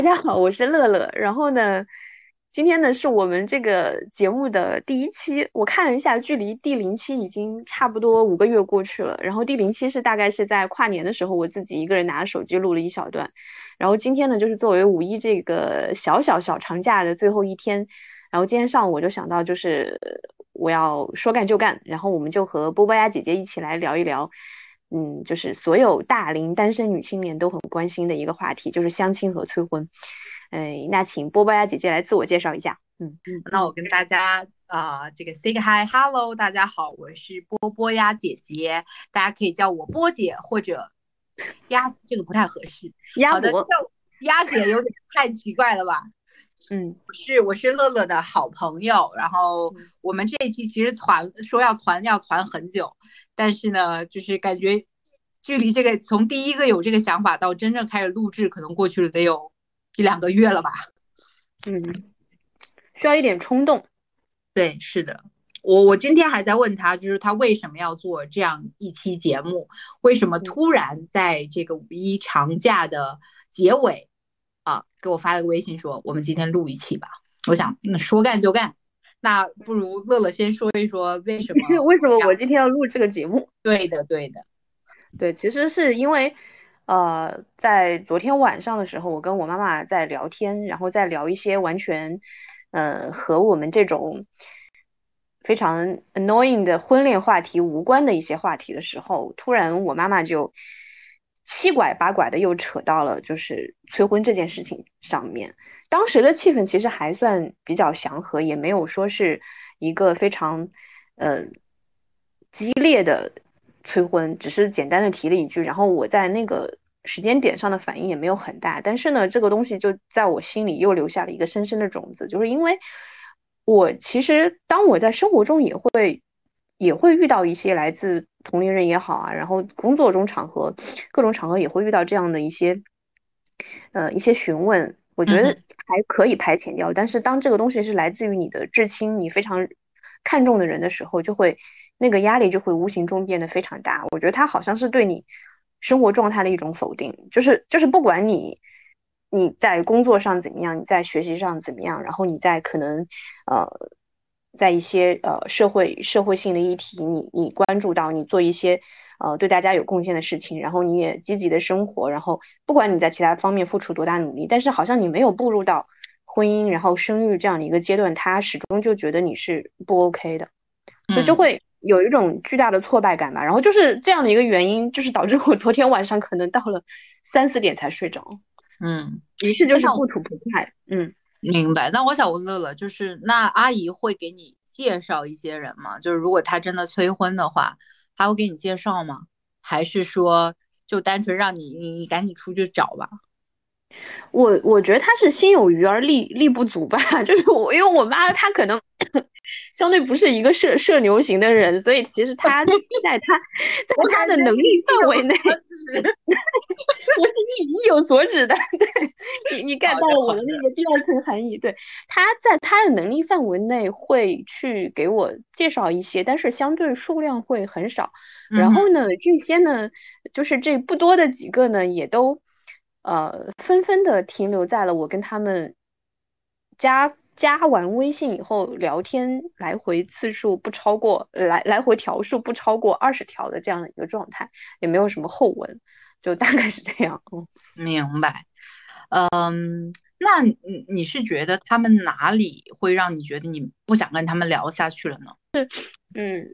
大家好，我是乐乐。然后呢，今天呢是我们这个节目的第一期。我看了一下，距离第零期已经差不多5个月过去了。然后第零期是大概是在跨年的时候，我自己一个人拿着手机录了一小段。然后今天呢，就是作为五一这个小长假的最后一天。然后今天上午我就想到，就是我要说干就干，然后我们就和波波鸭姐姐一起来聊一聊。就是所有大龄单身女青年都很关心的一个话题，就是相亲和催婚。那请波波鸭姐姐来自我介绍一下。 那我跟大家这个 say 个 hi，hello，大家好，我是波波鸭姐姐，大家可以叫我波姐或者鸭，这个不太合适。好的，叫鸭脖。 我鸭姐有点太奇怪了吧？ 嗯我是乐乐的好朋友，然后嗯我们这一期其实说要传很久，但是呢，就是感觉距离这个从第一个有这个想法到真正开始录制，可能过去了得有1、2个月了吧。 嗯，需要一点冲动。 对，是的，我今天还在问他，就是他为什么要做这样一期节目，为什么嗯突然在这个五一长假的结尾给我发了个微信说，我们今天录一期吧。我想，那说干就干，那不如乐乐先说一说为什么为什么这样？ 我今天要录这个节目？ 对的，对的， 对，其实是因为，在昨天晚上的时候，我跟我妈妈在聊天，然后在聊一些完全，和我们这种非常 annoying 的婚恋话题无关的一些话题的时候，突然我妈妈就七拐八拐的又扯到了就是催婚这件事情上面。当时的气氛其实还算比较祥和，也没有说是一个非常呃激烈的催婚，只是简单的提了一句，然后我在那个时间点上的反应也没有很大，但是呢，这个东西就在我心里又留下了一个深深的种子，就是因为我其实当我在生活中也会遇到一些来自同龄人也好啊，然后工作中场合各种场合也会遇到这样的一些询问，我觉得嗯哼， 还可以排遣掉。但是当这个东西是来自于你的至亲，你非常看重的人的时候，那个压力就会无形中变得非常大。我觉得它好像是对你生活状态的一种否定，就是不管你在工作上怎么样，你在学习上怎么样，然后你在可能在一些社会性的议题，你关注到，你做一些对大家有贡献的事情，然后你也积极的生活，然后不管你在其他方面付出多大努力，但是好像你没有步入到婚姻然后生育这样的一个阶段，他始终就觉得你是不 OK 的，所以就嗯会有一种巨大的挫败感吧。然后就是这样的一个原因，就是导致我昨天晚上可能到了3、4点才睡着， 嗯， 于是就哎，那我是不吐不快。 明白。那我想问乐乐，就是那阿姨会给你介绍一些人吗？就是如果她真的催婚的话，她会给你介绍吗？还是说就单纯让你赶紧出去找吧？ 我觉得他是心有余而力不足吧，就是我，因为我妈她可能相对不是一个社牛型的人，所以其实她在我她感觉你的能力意有范围内， 所指。 我是意有所指的。对，你 get 好的， 到了我的好的， 那个第二层含义。对，她在她的能力范围内会去给我介绍一些，但是相对数量会很少。 嗯哼， 然后呢，这些呢，就是这不多的几个呢，也都纷纷的停留在了我跟他们加完微信以后，聊天来回次数不超过来回条数不超过20条的这样的一个状态，也没有什么后文，就大概是这样。 明白。那你是觉得他们哪里会让你觉得你不想跟他们聊下去了呢？ 嗯，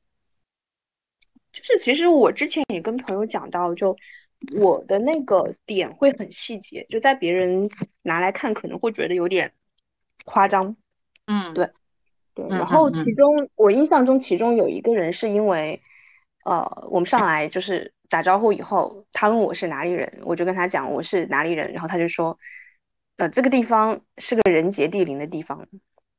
就是其实我之前也跟朋友讲到，就我的那个点会很细节，就在别人拿来看可能会觉得有点夸张。 嗯对。对， 嗯然后其嗯嗯中我印象中，其中有一个人是因为，我们上来就是打招呼以后，他问我是哪里人，我就跟他讲我是哪里人，然后他就说，这个地方是个人杰地灵的地方。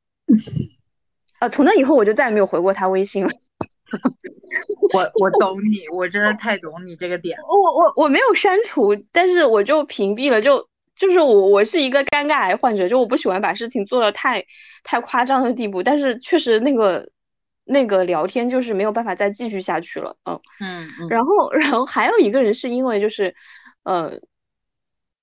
从那以后我就再也没有回过他微信了。 我懂你，我真的太懂你这个点。 我没有删除，但是我就屏蔽了，就是我是一个尴尬癌患者，就我不喜欢把事情做到太夸张的地步，但是确实那个聊天就是没有办法再继续下去了。 嗯嗯然后还有一个人是因为就是，呃，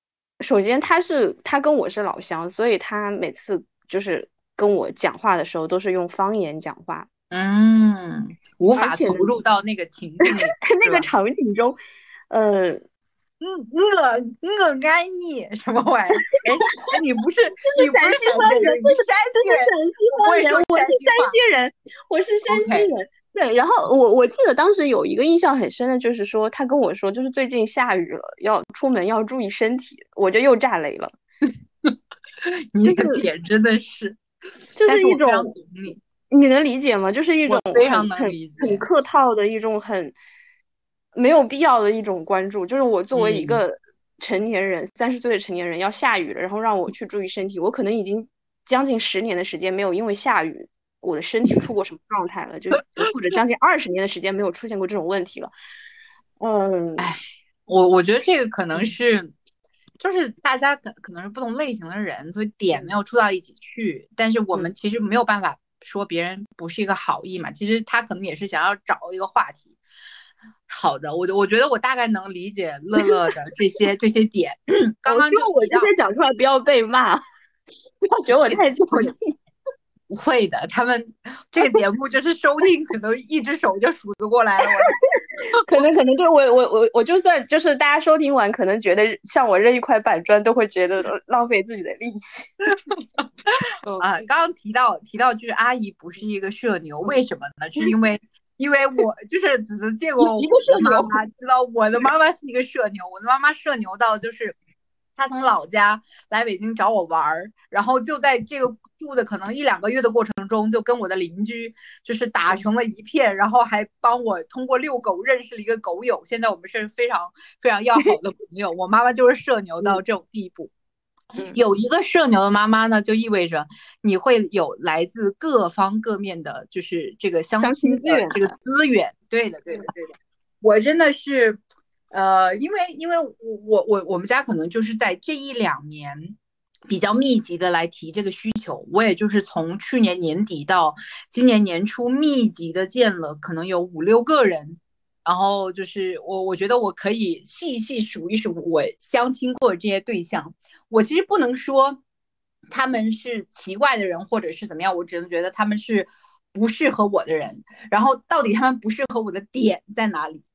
首先他跟我是老乡，所以他每次就是跟我讲话的时候都是用方言讲话， 无而且呢， 法投入到那个情境里， 在那个是吧？ 场景中，呃， 我干你什么玩意儿？哎，你不是陕西陕西人， 方言， 你是山这是西人， 陕西不会说方言，我是山山西话。 西人，我是山西 OK， 人。对，然后我记得当时有一个印象很深的，就是说他跟我说，就是最近下雨了，要出门要注意身体，我就又炸雷了。 你的点真的是，但是我非常懂你， 你能理解吗？就是一种我非常能很很很理解。 客套的一种很没有必要的一种关注。就是我作为一嗯， 个成年人，30岁的成年人，要下雨了，然后让我去注意身体，我可能已经将近10年的时间没有因为下雨我的身体出过什么状态了，就或者将近20年的时间没有出现过这种问题了。嗯哎，我觉得这个可能是，就是大家可能是不同类型的人，所以点没有触到一起去。但是我嗯， 们其实没有办法说别人不是一个好意嘛，其实他可能也是想要找一个话题。好的，我觉得我大概能理解乐乐的这些点。刚我希刚就望我这提到， 些讲出来不要被骂，不要觉得我太矫会情。 不会的，他们这个节目就是收听，可能一只手就数得过来了。 可能对我就算就是大家收听完，可能觉得像我扔一块板砖都会觉得浪费自己的力气。 刚刚提到就是阿姨不是一个社牛，为什么呢？是因为我就是只是见过我一个的社牛， 妈妈，知道我的妈妈是一个社牛，我的妈妈社牛到就是她从老家来北京找我玩儿，然后就在这个住的可能1-2个月的过程中，就跟我的邻居就是打成了一片，然后还帮我通过遛狗认识了一个狗友，现在我们是非常非常要好的朋友。我妈妈就是社牛到这种地步。有一个社牛的妈妈呢，就意味着你会有来自各方各面的，就是这个相相亲资亲的这个源啊。 资源。对的，对的，对的。我真的是，因为我们家可能就是在这1-2年比较密集的来提这个需求，我也就是从去年年底到今年年初密集的见了可能有5-6个人，然后就是我觉得我可以细细数一数我相亲过的这些对象，我其实不能说他们是奇怪的人或者是怎么样，我只能觉得他们是不适合我的人。然后到底他们不适合我的点在哪里？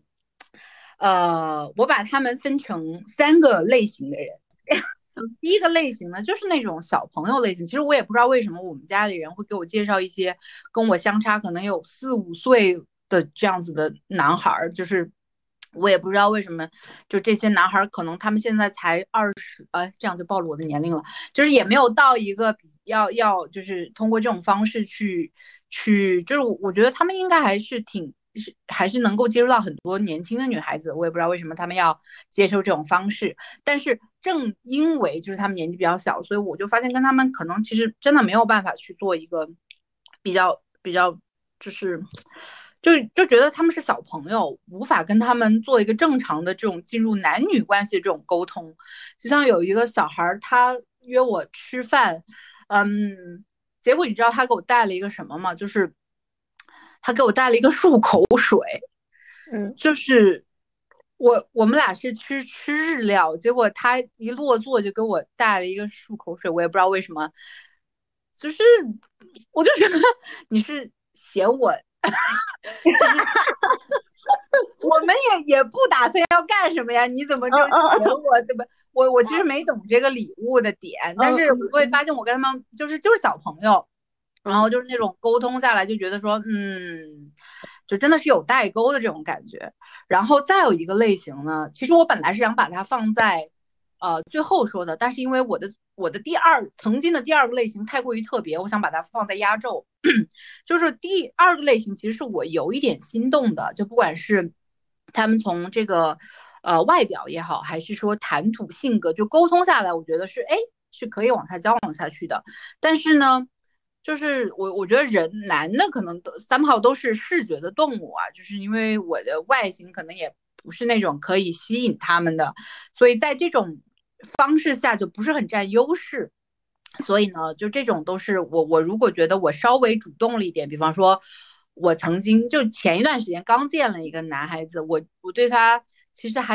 我把他们分成3个类型的人。第一个类型呢，就是那种小朋友类型。其实我也不知道为什么我们家里人会给我介绍一些跟我相差可能有4-5岁的这样子的男孩，就是我也不知道为什么，就这些男孩可能他们现在才20，这样就暴露我的年龄了，就是也没有到一个要就是通过这种方式去，就是我觉得他们应该还是能够接触到很多年轻的女孩子，我也不知道为什么他们要接受这种方式，但是正因为就是他们年纪比较小，所以我就发现跟他们可能其实真的没有办法去做一个比较就是就觉得他们是小朋友，无法跟他们做一个正常的这种进入男女关系的这种沟通。就像有一个小孩他约我吃饭，结果你知道他给我带了一个什么吗？就是他给我带了一个漱口水，就是我们俩是去吃日料，结果他一落座就给我带了一个漱口水，我也不知道为什么，就是我就觉得你是嫌我，就是我们也不打算要干什么呀，你怎么就嫌我对吧？我其实没懂这个礼物的点，但是我会发现我跟他们就是小朋友，然后就是那种沟通下来就觉得说，就真的是有代沟的这种感觉。然后再有一个类型呢，其实我本来是想把它放在最后说的，但是因为我的曾经的第二个类型太过于特别，我想把它放在压轴。就是第二个类型，其实是我有一点心动的，就不管是他们从这个外表也好，还是说谈吐性格，就沟通下来，我觉得是可以往下交往下去的。但是呢，就是我觉得男的可能somehow都是视觉的动物啊，就是因为我的外形可能也不是那种可以吸引他们的，所以在这种方式下就不是很占优势。所以呢，就这种都是我如果觉得我稍微主动了一点，比方说，我曾经就前一段时间刚见了一个男孩子，我对他其实还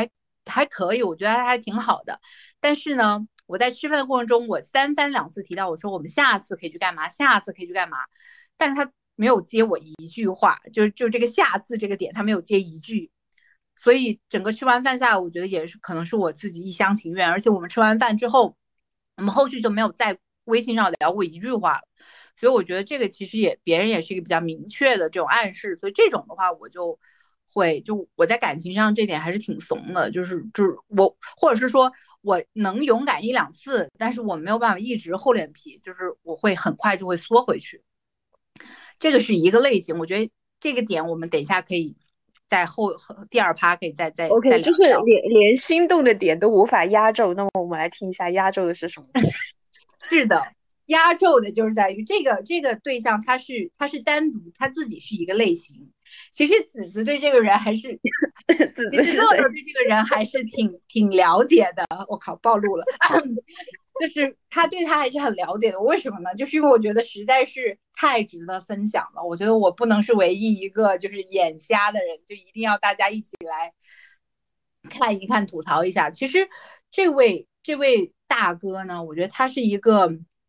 还可以，我觉得还挺好的。但是呢，我在吃饭的过程中，我三番两次提到我说我们下次可以去干嘛，下次可以去干嘛，但是他没有接我一句话，就这个下次这个点他没有接一句，所以整个吃完饭下来，我觉得也是可能是我自己一厢情愿，而且我们吃完饭之后，我们后续就没有在微信上聊过一句话了。所以我觉得这个其实也别人也是一个比较明确的这种暗示，所以这种的话我就会就我在感情上这点还是挺怂的，就是我或者是说我能勇敢一两次，但是我没有办法一直厚脸皮，就是我会很快就会缩回去。这个是一个类型，我觉得这个点我们等一下可以在第二趴可以再 OK，就是聊一聊。 连心动的点都无法压轴，那么我们来听一下压轴的是什么？ 是的，压轴的就是在于这个对象他是单独他自己是一个类型。其实子子对这个人还是， 子其实乐子是谁？ 乐对这个人还是挺了解的。我靠，暴露了。就是他对他还是很了解的。为什么呢？就是因为我觉得实在是太值得分享了。我觉得我不能是唯一一个就是眼瞎的人，就一定要大家一起来看一看、吐槽一下。其实这位大哥呢，我觉得他是一个，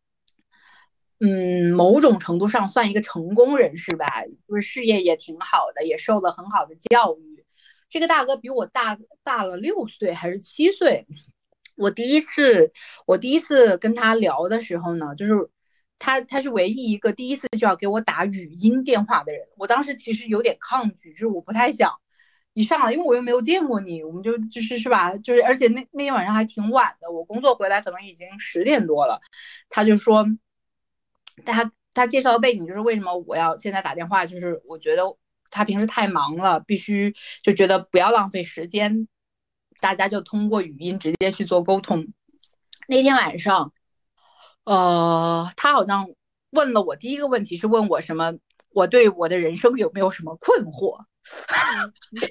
某种程度上算一个成功人士吧，就是事业也挺好的，也受了很好的教育。这个大哥比我大了6岁还是7岁。我第一次我第一次跟他聊的时候呢，就是他是唯一一个第一次就要给我打语音电话的人。我当时其实有点抗拒，就是我不太想你上来，因为我又没有见过你，我们是吧？就是而且那天晚上还挺晚的，我工作回来可能已经10点多了。他就说他介绍的背景就是为什么我要现在打电话，就是我觉得他平时太忙了，必须就觉得不要浪费时间，大家就通过语音直接去做沟通。那天晚上，他好像问了我第一个问题是问我什么，我对我的人生有没有什么困惑。 嗯，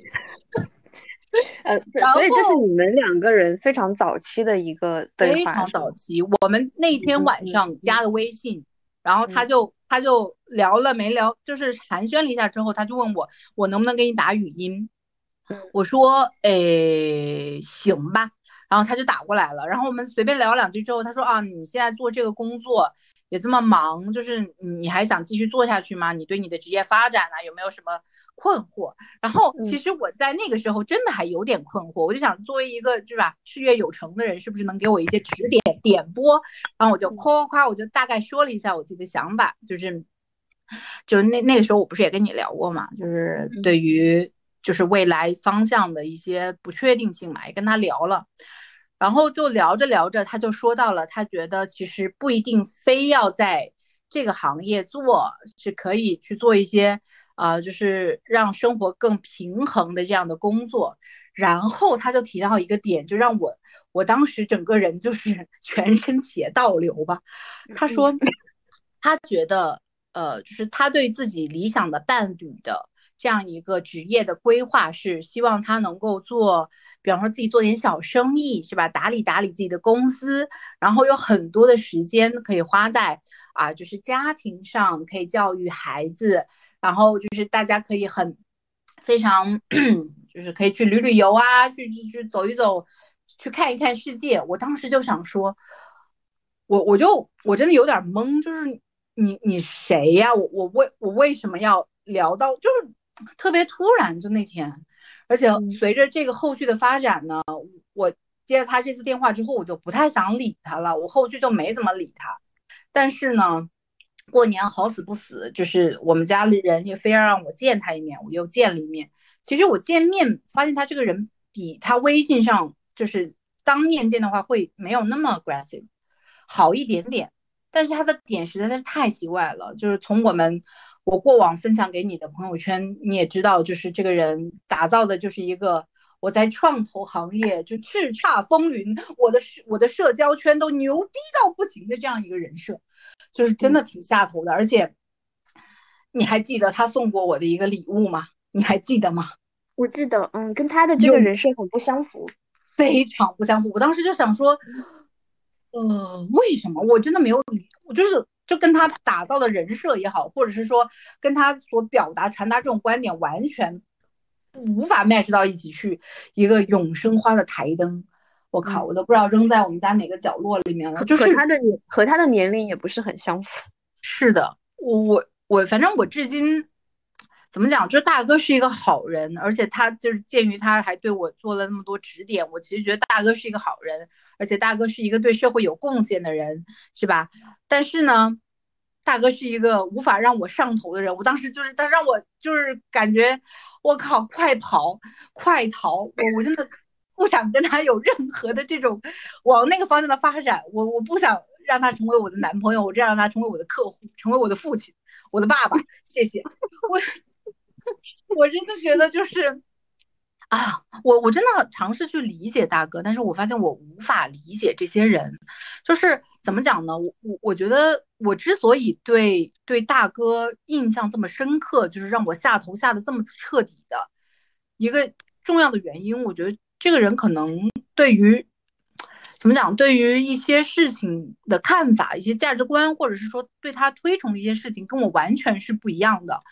然所以这是后你们两个人非常早期的一个对非话，是吗？ 常早期，我们那天晚上加的微信，然后他嗯就他就聊了没聊，就是寒暄了一下之后，他就问我能不能给你打语音。 嗯我说，诶，行吧。然后他就打过来了，然后我们随便聊两句之后，他说啊，你现在做这个工作也这么忙，就是你还想继续做下去吗？你对你的职业发展啊有没有什么困惑？然后其嗯实我在那个时候真的还有点困惑，我就想作为一个对吧事业有成的人，是不是能给我一些指点点拨？然后我就嗯夸夸夸，我就大概说了一下我自己的想法，就是那个时候我不是也跟你聊过嘛，就是嗯对于就是未来方向的一些不确定性嘛，也跟他聊了。然后就聊着聊着，他就说到了，他觉得其实不一定非要在这个行业做，是可以去做一些就是让生活更平衡的这样的工作。然后他就提到一个点，就让我当时整个人就是全身血倒流吧。他嗯说他觉得就是他对自己理想的伴侣的这样一个职业的规划是希望他能够做，比方说自己做点小生意，是吧？打理打理自己的公司，然后有很多的时间可以花在就是家庭上，可以教育孩子，然后就是大家可以非常就是可以去旅游啊，去走一走，去看一看世界。我当时就想说，我真的有点懵，就是你谁呀？我为什么要聊到就是特别突然就那天，而且嗯随着这个后续的发展呢，我接了他这次电话之后，我就不太想理他了，我后续就没怎么理他。但是呢，过年好死不死，就是我们家里人也非要让我见他一面，我又见了一面。其实我见面发现他这个人比他微信上就是当面见的话会没有那么 aggressive，好一点点。但是他的点实在是太奇怪了，就是从我过往分享给你的朋友圈，你也知道，就是这个人打造的就是一个我在创投行业就叱咤风云，我的社交圈都牛逼到不行的这样一个人设，就是真嗯， 的挺下头的。而且你还记得他送过我的一个礼物吗？你还记得吗？ 我记得，跟他的这个有人设很不相符。 非常不相符。我当时就想说，为什么我真的没有理？我就跟他打造的人设也好，或者是说跟他所表达传达这种观点完全无法 match 到一起去一个永生花的台灯。我靠， 嗯， 我都不知道扔在我们家哪个角落里面了。 和就是和他的年龄也不是很相符。 是的，我反正我至今怎么讲，就是大哥是一个好人，而且他就是鉴于他还对我做了那么多指点，我其实觉得大哥是一个好人，而且大哥是一个对社会有贡献的人，是吧？但是呢，大哥是一个无法让我上头的人。我当时就是他让我就是感觉，我靠，快跑，快逃！我真的不想跟他有任何的这种往那个方向的发展。我不想让他成为我的男朋友，我只想让他成为我的客户，成为我的父亲，我的爸爸。谢谢。我我真的觉得就是啊，我真的尝试去理解大哥，但是我发现我无法理解这些人。就是怎么讲呢？我觉得我之所以对大哥印象这么深刻，就是让我下头下的这么彻底的一个重要的原因，我觉得这个人可能对于怎么讲，对于一些事情的看法、一些价值观，或者是说对他推崇的一些事情，跟我完全是不一样的。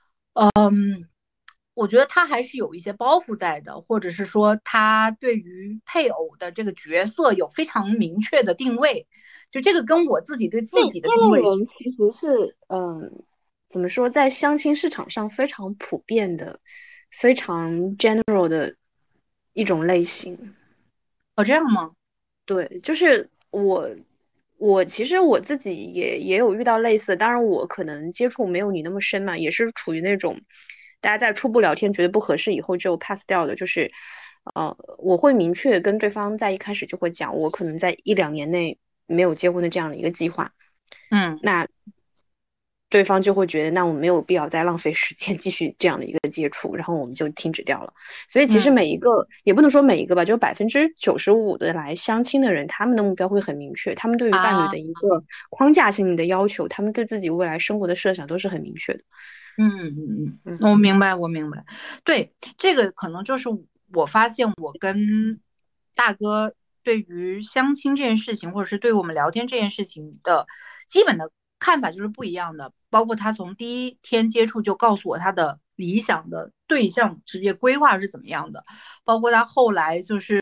我觉得他还是有一些包袱在的，或者是说他对于配偶的这个角色有非常明确的定位，就这个跟我自己对自己的定位是。 那类人其实是，怎么说，在相亲市场上非常普遍的、非常 general 的一种类型。 哦，这样吗？ 对，就是我其实我自己也有遇到类似的，当然我可能接触没有你那么深嘛，也是处于那种大家在初步聊天觉得不合适以后就 pass 掉的，就是我会明确跟对方在一开始就会讲，我可能在1、2年内没有结婚的这样的一个计划。 嗯那对方就会觉得，那我没有必要再浪费时间继续这样的一个接触，然后我们就停止掉了。所以其实嗯每一个，也不能说每一个吧，就95%的来相亲的人，他们的目标会很明确，他们对于伴侣啊， 的一个框架性的要求，他们对自己未来生活的设想都是很明确的。嗯我明白，我明白。对，这个可能就是我发现我跟大哥对于相亲这件事情，或者是对我们聊天这件事情的基本的看法就是不一样的。包括他从第一天接触就告诉我他的理想的对象职业规划是怎么样的，包括他后来就是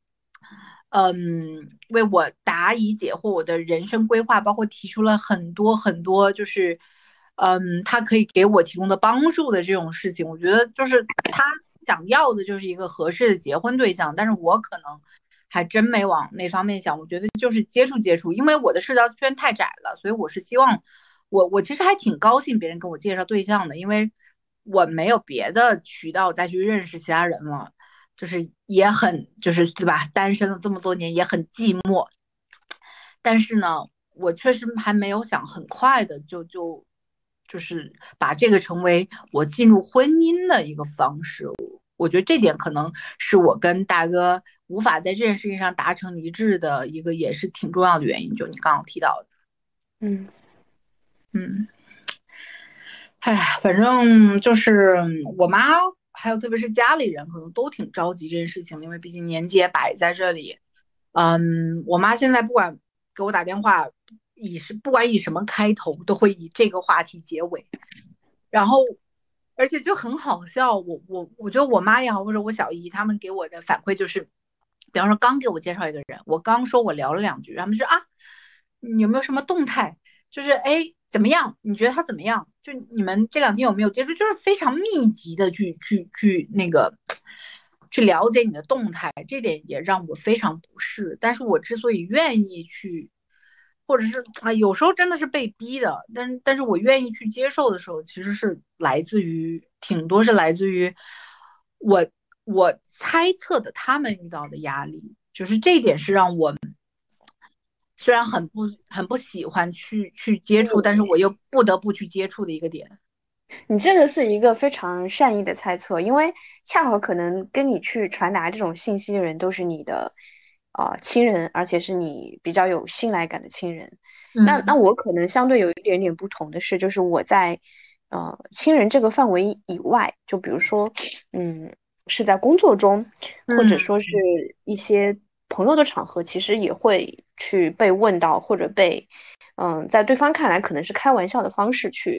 为我答疑解惑我的人生规划，包括提出了很多很多，就是他可以给我提供的帮助的这种事情。我觉得就是他想要的就是一个合适的结婚对象，但是我可能还真没往那方面想。我觉得就是接触接触，因为我的社交圈太窄了，所以我是希望我其实还挺高兴别人给我介绍对象的，因为我没有别的渠道再去认识其他人了。就是也很就是对吧？单身了这么多年也很寂寞，但是呢，我确实还没有想很快的就是把这个成为我进入婚姻的一个方式。我觉得这点可能是我跟大哥无法在这件事情上达成一致的一个，也是挺重要的原因。就你刚刚提到的， 嗯。 嗯，哎，反正就是我妈，还有特别是家里人，可能都挺着急这件事情，因为毕竟年纪也摆在这里。我妈现在不管给我打电话，不管以什么开头，都会以这个话题结尾。然后，而且就很好笑，我觉得我妈也好，或者我小姨他们给我的反馈就是，比方说刚给我介绍一个人，我刚说我聊了2句，他们说啊，你有没有什么动态？就是哎怎么样？你觉得他怎么样？就你们这2天有没有接触？就是非常密集的去那个去了解你的动态，这点也让我非常不适。但是我之所以愿意去，或者是啊，有时候真的是被逼的，但是我愿意去接受的时候，其实是来自于挺多是来自于我我猜测的他们遇到的压力，就是这一点是让我虽然很不喜欢去接触，但是我又不得不去接触的一个点。 你这个是一个非常善意的猜测，因为恰好可能跟你去传达这种信息的人都是你的亲人，而且是你比较有信赖感的亲人。那嗯我可能相对有一点点不同的是，就是我在亲人这个范围以外，就比如说是在工作中，或者说是嗯一些朋友的场合，其实也会去被问到，或者被在对方看来可能是开玩笑的方式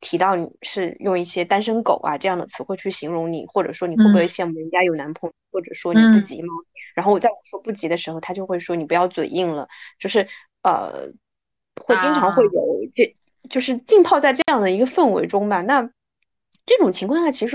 提到你是用一些单身狗啊这样的词汇去形容你，或者说你会不会羡慕人家有男朋友，或者说你不急吗？然后我在我说不急的时候，他就会说你不要嘴硬了，就是会经常会有就是浸泡在这样的一个氛围中吧。那这种情况下，其实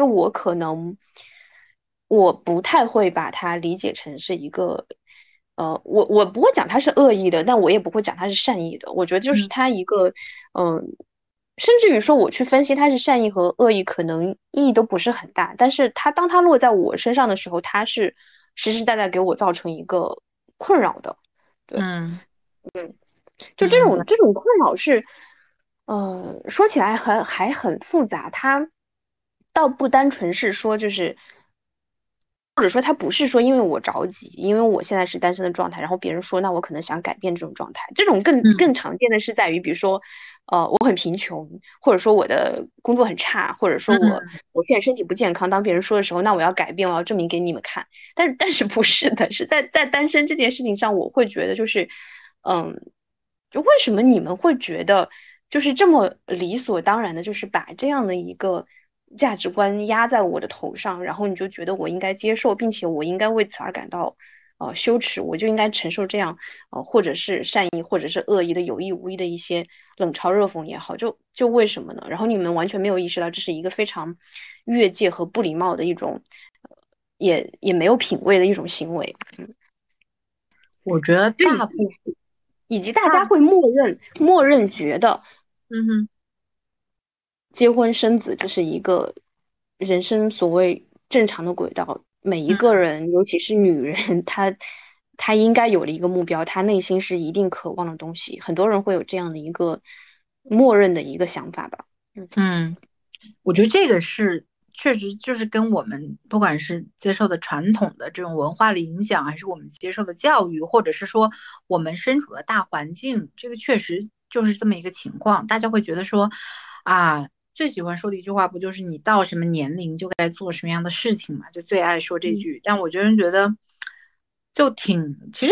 我不太会把它理解成是一个，我不会讲它是恶意的，但我也不会讲它是善意的。我觉得就是它一个，甚至于说我去分析它是善意和恶意，可能意义都不是很大。但是当它落在我身上的时候，它是实实在在给我造成一个困扰的。对，就这明白。 种这种困扰是，说起来还很复杂，它倒不单纯是说就是。或者说他不是说因为我着急，因为我现在是单身的状态，然后别人说那我可能想改变这种状态。这种更常见的是在于，比如说，我很贫穷，或者说我的工作很差，或者说我现在身体不健康。当别人说的时候，那我要改变，我要证明给你们看。但是不是的，是在单身这件事情上，我会觉得就是，就为什么你们会觉得就是这么理所当然的，就是把这样的一个价值观压在我的头上，然后你就觉得我应该接受，并且我应该为此而感到羞耻，我就应该承受这样或者是善意或者是恶意的有意无意的一些冷嘲热讽也好，就为什么呢？然后你们完全没有意识到这是一个非常越界和不礼貌的一种，也没有品味的一种行为。 我觉得就以及大家会默认觉得。 嗯哼。 结婚生子这是一个人生所谓正常的轨道，每一个人，尤其是女人，她应该有了一个目标，她内心是一定渴望的东西。很多人会有这样的一个默认的一个想法吧。 我觉得这个是确实就是跟我们不管是接受的传统的这种文化的影响，还是我们接受的教育，或者是说我们身处的大环境，这个确实就是这么一个情况。大家会觉得说，啊，最喜欢说的一句话不就是你到什么年龄就该做什么样的事情嘛？就最爱说这句。但我觉得就其实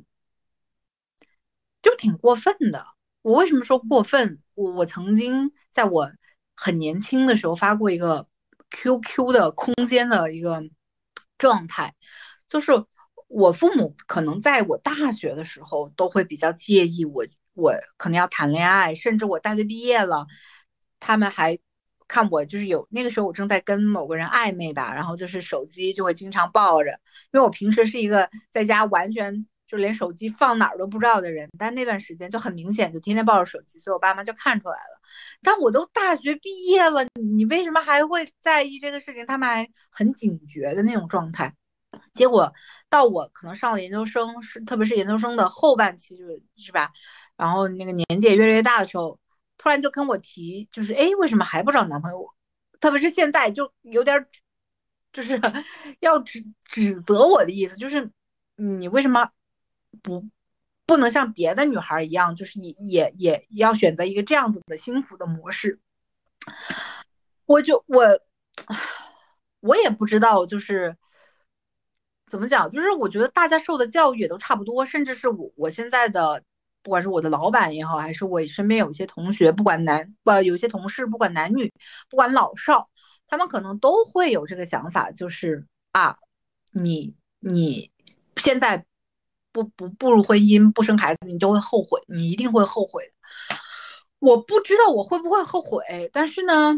挺过分的。我为什么说过分？我曾经在我很年轻的时候发过一个 QQ 的空间的一个状态，就是我父母可能在我大学的时候都会比较介意我可能要谈恋爱，甚至我大学毕业了，他们还看我就是那个时候我正在跟某个人暧昧吧，然后就是手机就会经常抱着，因为我平时是一个在家完全就连手机放哪儿都不知道的人，但那段时间就很明显，就天天抱着手机，所以我爸妈就看出来了。但我都大学毕业了，你为什么还会在意这个事情？他们还很警觉的那种状态。结果到我可能上了研究生，特别是研究生的后半期，是吧？然后那个年纪也越来越大的时候，突然就跟我提，就是哎，为什么还不找男朋友？特别是现在就有点就是要指责我的意思，就是你为什么不不能像别的女孩一样，就是也要选择一个这样子的幸福的模式？我就我我也不知道，就是怎么讲，就是我觉得大家受的教育也都差不多，甚至是我现在的，不管是我的老板也好，还是我身边有一些同学，不管有一些同事，不管男女，不管老少，他们可能都会有这个想法，就是啊，你现在不步入婚姻，不生孩子，你就会后悔，你一定会后悔。我不知道我会不会后悔，但是呢，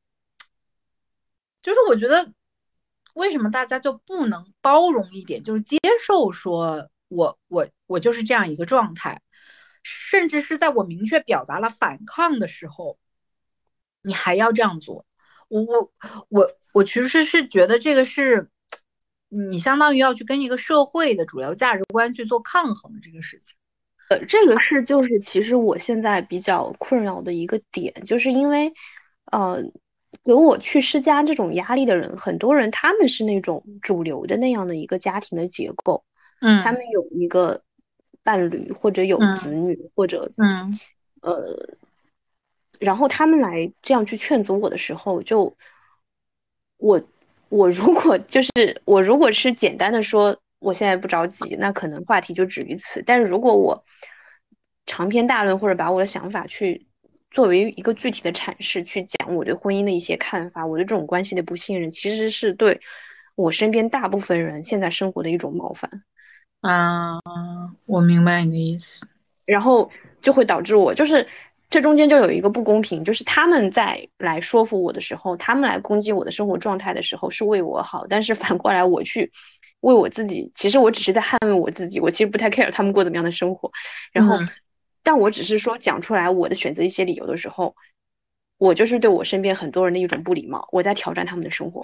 就是我觉得，为什么大家就不能包容一点，就是接受说我就是这样一个状态，甚至是在我明确表达了反抗的时候，你还要这样做？我其实是觉得这个是你相当于要去跟一个社会的主流价值观去做抗衡的这个事情。 这个是就是其实我现在比较困扰的一个点，就是因为，呃，给我去施加这种压力的人，很多人他们是那种主流的那样的一个家庭的结构，他嗯们有一个伴侣或者有子嗯女或者， 嗯呃，然后他们来这样去劝阻我的时候，我我如果是简单的说我现在不着急，那可能话题就止于此。但是如果我长篇大论或者把我的想法去作为一个具体的阐释去讲我对婚姻的一些看法，我对这种关系的不信任，其实是对我身边大部分人现在生活的一种冒犯。 啊，我明白你的意思。 然后就会导致我就是这中间就有一个不公平，就是他们在来说服我的时候，他们来攻击我的生活状态的时候是为我好，但是反过来我去为我自己，其实我只是在捍卫我自己，我其实不太 care 他们过怎么样的生活，然后嗯但我只是说讲出来我的选择一些理由的时候，我就是对我身边很多人的一种不礼貌，我在挑战他们的生活，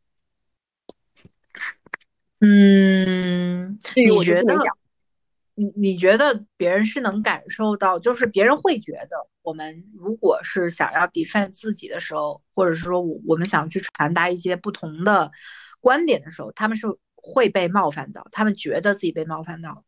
嗯， 至于你觉得我就不能讲。 你觉得别人是能感受到，就是别人会觉得，我们如果是想要 defend 自己的时候，或者是说我们想去传达一些不同的观点的时候，他们是会被冒犯到，他们觉得自己被冒犯到。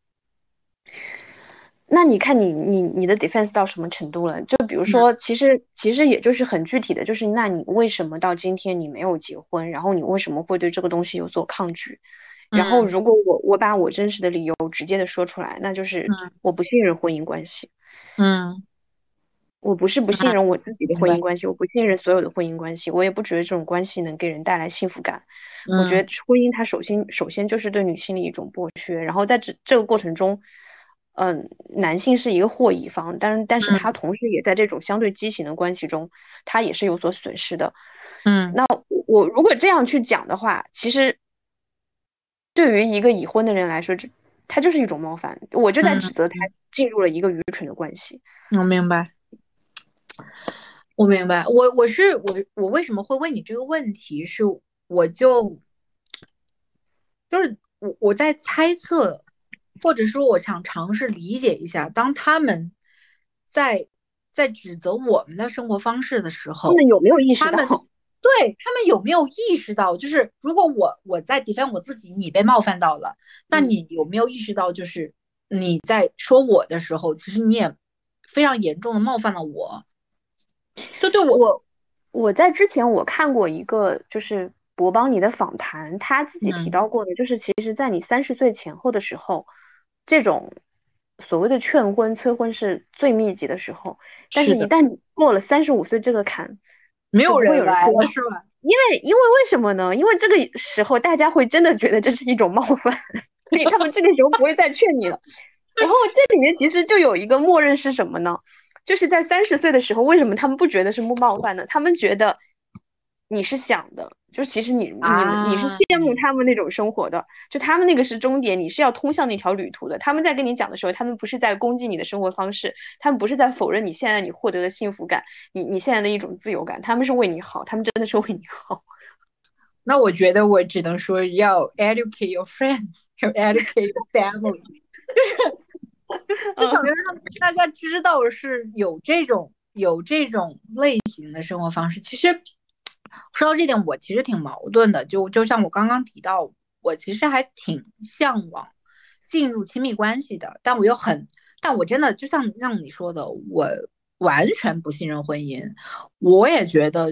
那你看你的 defense 到什么程度了？就比如嗯说，其实也就是很具体的，就是那你为什么到今天你没有结婚？然后你为什么会对这个东西有所抗拒？然后嗯如果我把我真实的理由直接的说出来，那就是嗯我不信任婚姻关系。 嗯， 我不是不信任我自己的明白。 婚姻关系，我不信任所有的婚姻关系，我也不觉得这种关系能给人带来幸福感。我觉嗯得婚姻它首先就是对女性的一种剥削，然后在这个过程中，男性是一个获益方，但是他嗯同时也在这种相对畸形的关系中，他也是有所损失的。 嗯那我如果这样去讲的话，其实对于一个已婚的人来说，他就是一种冒犯，我就在指责他嗯， 进入了一个愚蠢的关系。 我明白。我明白，我为什么会问你这个问题？是我就是我在猜测，或者说我想尝试理解一下，当他们在在指责我们的生活方式的时候， 他们有没有意识到？ 他们对他们有没有意识到，就是如果我在 defend 我自己，你被冒犯到了，那嗯。 你有没有意识到，就是你在说我的时候，其实你也非常严重的冒犯了我，就对我， 我我在之前我看过一个就是博邦尼的访谈，他自己提嗯， 到过的，就是其实在你30岁前后的时候，这种所谓的劝婚催婚是最密集的时候，但是一是的， 旦你过了35岁这个坎， 没有就不会有人说， 人来了，是吧？ 因为为什么呢？因为这个时候大家会真的觉得这是一种冒犯，所以他们这个时候不会再劝你了。然后这里面其实就有一个默认是什么呢？就是在30岁的时候，为什么他们不觉得是冒犯呢？他们觉得你是想的，就其实你是啊， 羡慕他们那种生活的，就他们那个是终点，你是要通向那条旅途的。他们在跟你讲的时候，他们不是在攻击你的生活方式，他们不是在否认你现在你获得的幸福感，你现在的一种自由感，他们是为你好，他们真的是为你好。 那我觉得我只能说要 educate your friends，要 educate your family，至少要嗯让大家知道是有这种类型的生活方式。其实说到这点，我其实挺矛盾的。就像我刚刚提到，我其实还挺向往进入亲密关系的，但我真的就像你说的，我完全不信任婚姻。我也觉得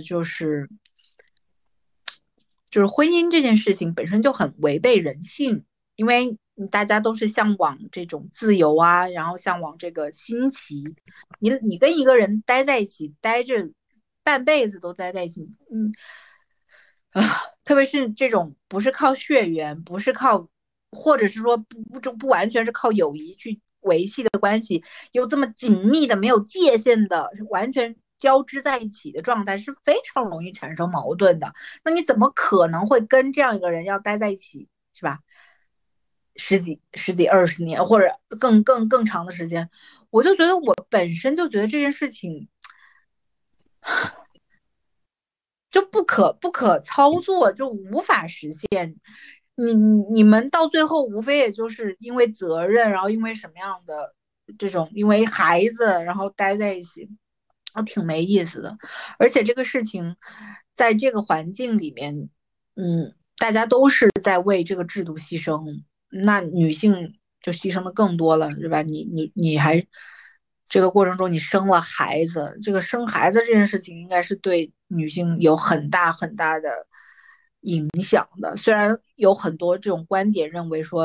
就是婚姻这件事情本身就很违背人性，因为大家都是向往这种自由啊，然后向往这个新奇。你跟一个人待在一起，待着半辈子都待在一起，啊，特别是这种不是靠血缘，不是靠，或者是说不完全是靠友谊去维系的关系，有这么紧密的、没有界限的、完全交织在一起的状态，是非常容易产生矛盾的。那你怎么可能会跟这样一个人要待在一起，是吧？十几20年，或者更长的时间，我就觉得我本身就觉得这件事情就不可操作，就无法实现。你们到最后无非也就是因为责任，然后因为什么样的这种，因为孩子，然后待在一起，挺没意思的。而且这个事情在这个环境里面，大家都是在为这个制度牺牲，那女性就牺牲的更多了，是吧？你还这个过程中你生了孩子，这个生孩子这件事情应该是对女性有很大的影响的。虽然有很多这种观点认为说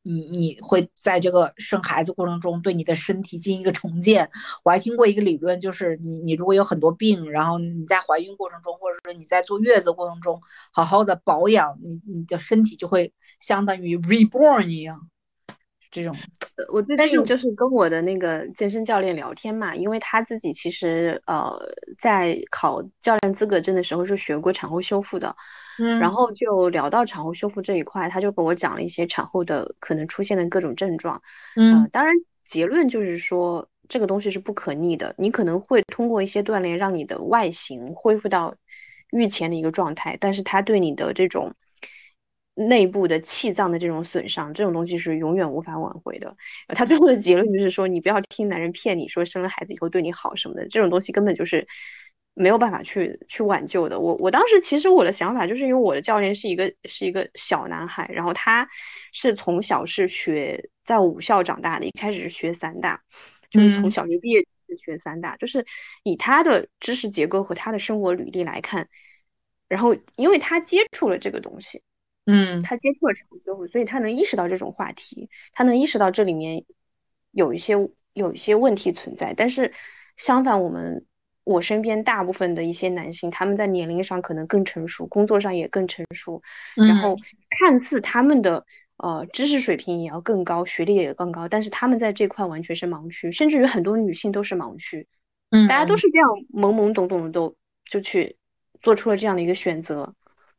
你会在这个生孩子过程中对你的身体进行一个重建。我还听过一个理论，就是你如果有很多病，然后你在怀孕过程中，或者是你在坐月子过程中，好好的保养，你的身体就会相当于 reborn 一样，这种。 我最但是， 近就是跟我的那个健身教练聊天嘛，因为他自己其实在考教练资格证的时候是学过产后修复的，然嗯后就聊到产后修复这一块，他就跟我讲了一些产后的可能出现的各种症状， 嗯当然结论就是说这个东西是不可逆的，你可能会通过一些锻炼让你的外形恢复到愈前的一个状态，但是它对你的这种内部的气脏的这种损伤，这种东西是永远无法挽回的。他最后的结论就是说，你不要听男人骗你说生了孩子以后对你好什么的，这种东西根本就是没有办法去挽救的。我当时其实我的想法就是因为我的教练是一个小男孩，然后他是从小是学在武校长大的，一开始是学散打，就是从嗯小学毕业就学散打，就是以他的知识结构和他的生活履历来看，然后因为他接触了这个东西。 嗯他接触了产后修复，所以他能意识到这种话题，他能意识到这里面有一些问题存在。但是相反，我身边大部分的一些男性，他们在年龄上可能更成熟，工作上也更成熟，然后嗯看似他们的知识水平也要更高，学历也更高，但是他们在这块完全是盲区，甚至于很多女性都是盲区，大家都嗯， 是这样懵懵懂懂的都就去做出了这样的一个选择。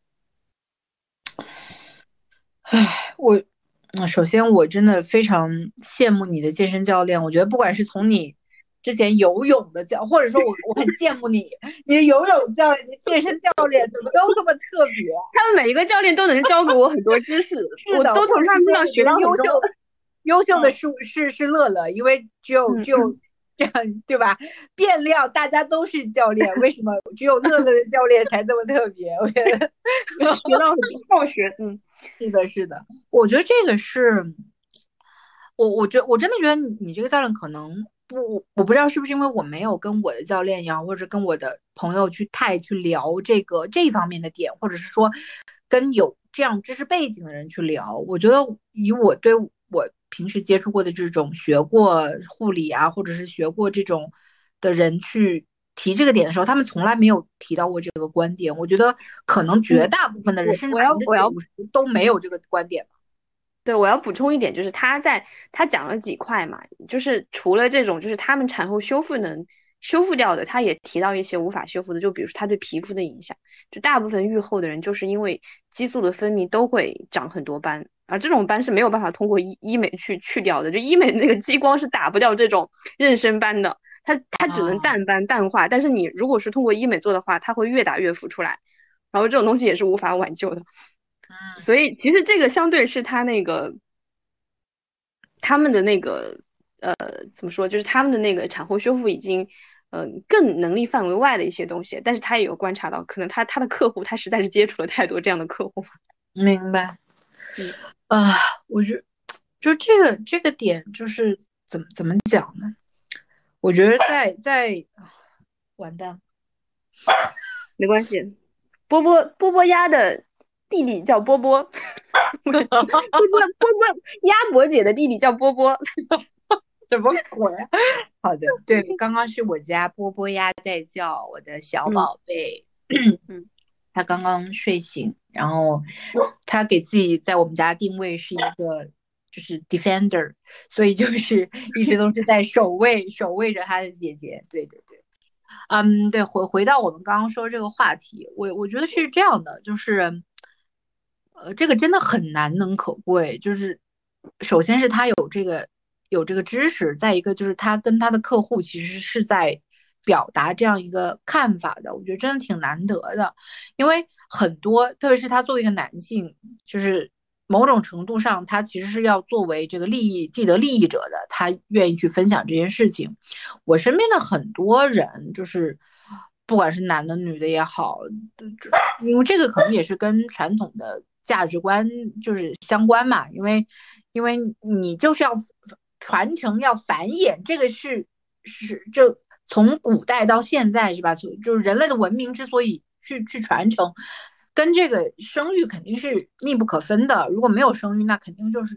唉，首先我真的非常羡慕你的健身教练。我觉得不管是从你之前游泳的或者说我很羡慕你的游泳教练、你的健身教练怎么都这么特别。 他们每一个教练都能教给我很多知识， 是的， 我都从或者是说， 他们身上我觉得学到很多。 优秀的嗯是乐乐，因为只有这样对吧？变量大家都是教练，为什么只有乐乐的教练才这么特别？我觉得学到很多好学。 是的，是的，我觉得这个是我真的觉得你这个教练可能不，我不知道是不是因为我没有跟我的教练一样，或者跟我的朋友去聊这一方面的点，或者是说跟有这样知识背景的人去聊。我觉得以我对我平时接触过的这种学过护理啊，或者是学过这种的人去提这个点的时候，他们从来没有提到过这个观点。我觉得可能绝嗯， 大部分的人， 我甚至我要我要 50%都没有这个观点。 对，我要补充一点，就是他讲了几块嘛，就是除了这种，就是他们产后修复能修复掉的，他也提到一些无法修复的，就比如说他对皮肤的影响，就大部分愈后的人就是因为激素的分泌都会长很多斑，而这种斑是没有办法通过医美去掉的，就医美那个激光是打不掉这种妊娠斑的，它只能啊， 淡斑淡化，但是你如果是通过医美做的话，它会越打越浮出来，然后这种东西也是无法挽救的。所以其实这个相对是他们的那个怎么说，就是他们的那个产后修复已经更能力范围外的一些东西，但是他也有观察到，可能他的客户他实在是接触了太多这样的客户。 明白。 嗯啊，我觉就这个点就是怎么讲呢？我觉得完蛋。 没关系，波波鸭的弟弟叫波波，波波鸭脖姐的弟弟叫波波。 什么鬼？好的，对，刚刚是我家波波鸭在叫，我的小嗯宝贝， 嗯他刚刚睡醒，然后他给自己在我们家定位是一个就是 defender，所以就是一直都是在守卫着他的姐姐。对对对，对，回到我们刚刚说这个话题，我觉得是这样的，就是这个真的很难能可贵，就是首先是他有这个知识，再一个就是他跟他的客户其实是在表达这样一个看法的，我觉得真的挺难得的，因为很多，特别是他作为一个男性，就是某种程度上，他其实是要作为这个既得利益者的，他愿意去分享这件事情。我身边的很多人，就是不管是男的女的也好，因为这个可能也是跟传统的价值观就是相关嘛，因为你就是要传承要繁衍，这个是就从古代到现在是吧？就是人类的文明之所以去传承，跟这个生育肯定是密不可分的。如果没有生育，那肯定就是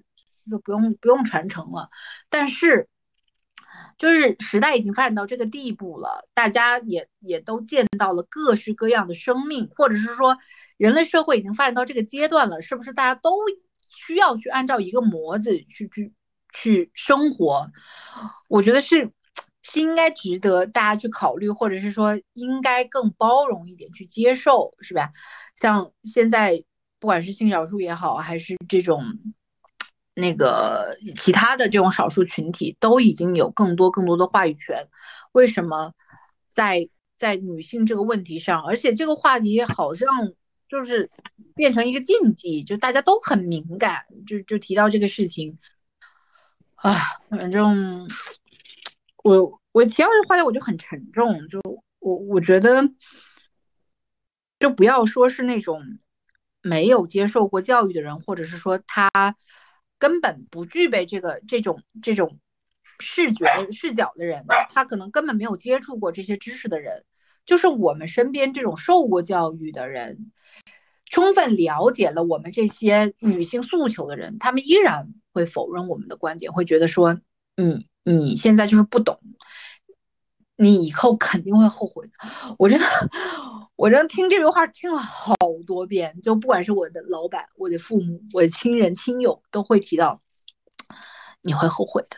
就不用传承了。但是就是时代已经发展到这个地步了，大家也都见到了各式各样的生命，或者是说人类社会已经发展到这个阶段了，是不是大家都需要去按照一个模子去生活？我觉得是应该值得大家去考虑，或者是说应该更包容一点去接受，是吧？像现在不管是性少数也好，还是这种那个其他的这种少数群体，都已经有更多的话语权。为什么在女性这个问题上，而且这个话题好像就是变成一个禁忌，就大家都很敏感，就提到这个事情啊，反正我提到这个话题我就很沉重，就我觉得就不要说是那种没有接受过教育的人，或者是说他根本不具备这种视角的人，他可能根本没有接触过这些知识的人，就是我们身边这种受过教育的人，充分了解了我们这些女性诉求的人，他们依然会否认我们的观点，会觉得说你现在就是不懂，你以后肯定会后悔的。我真的，我真的听这句话听了好多遍，就不管是我的老板、我的父母、我的亲人、亲友，都会提到你会后悔的。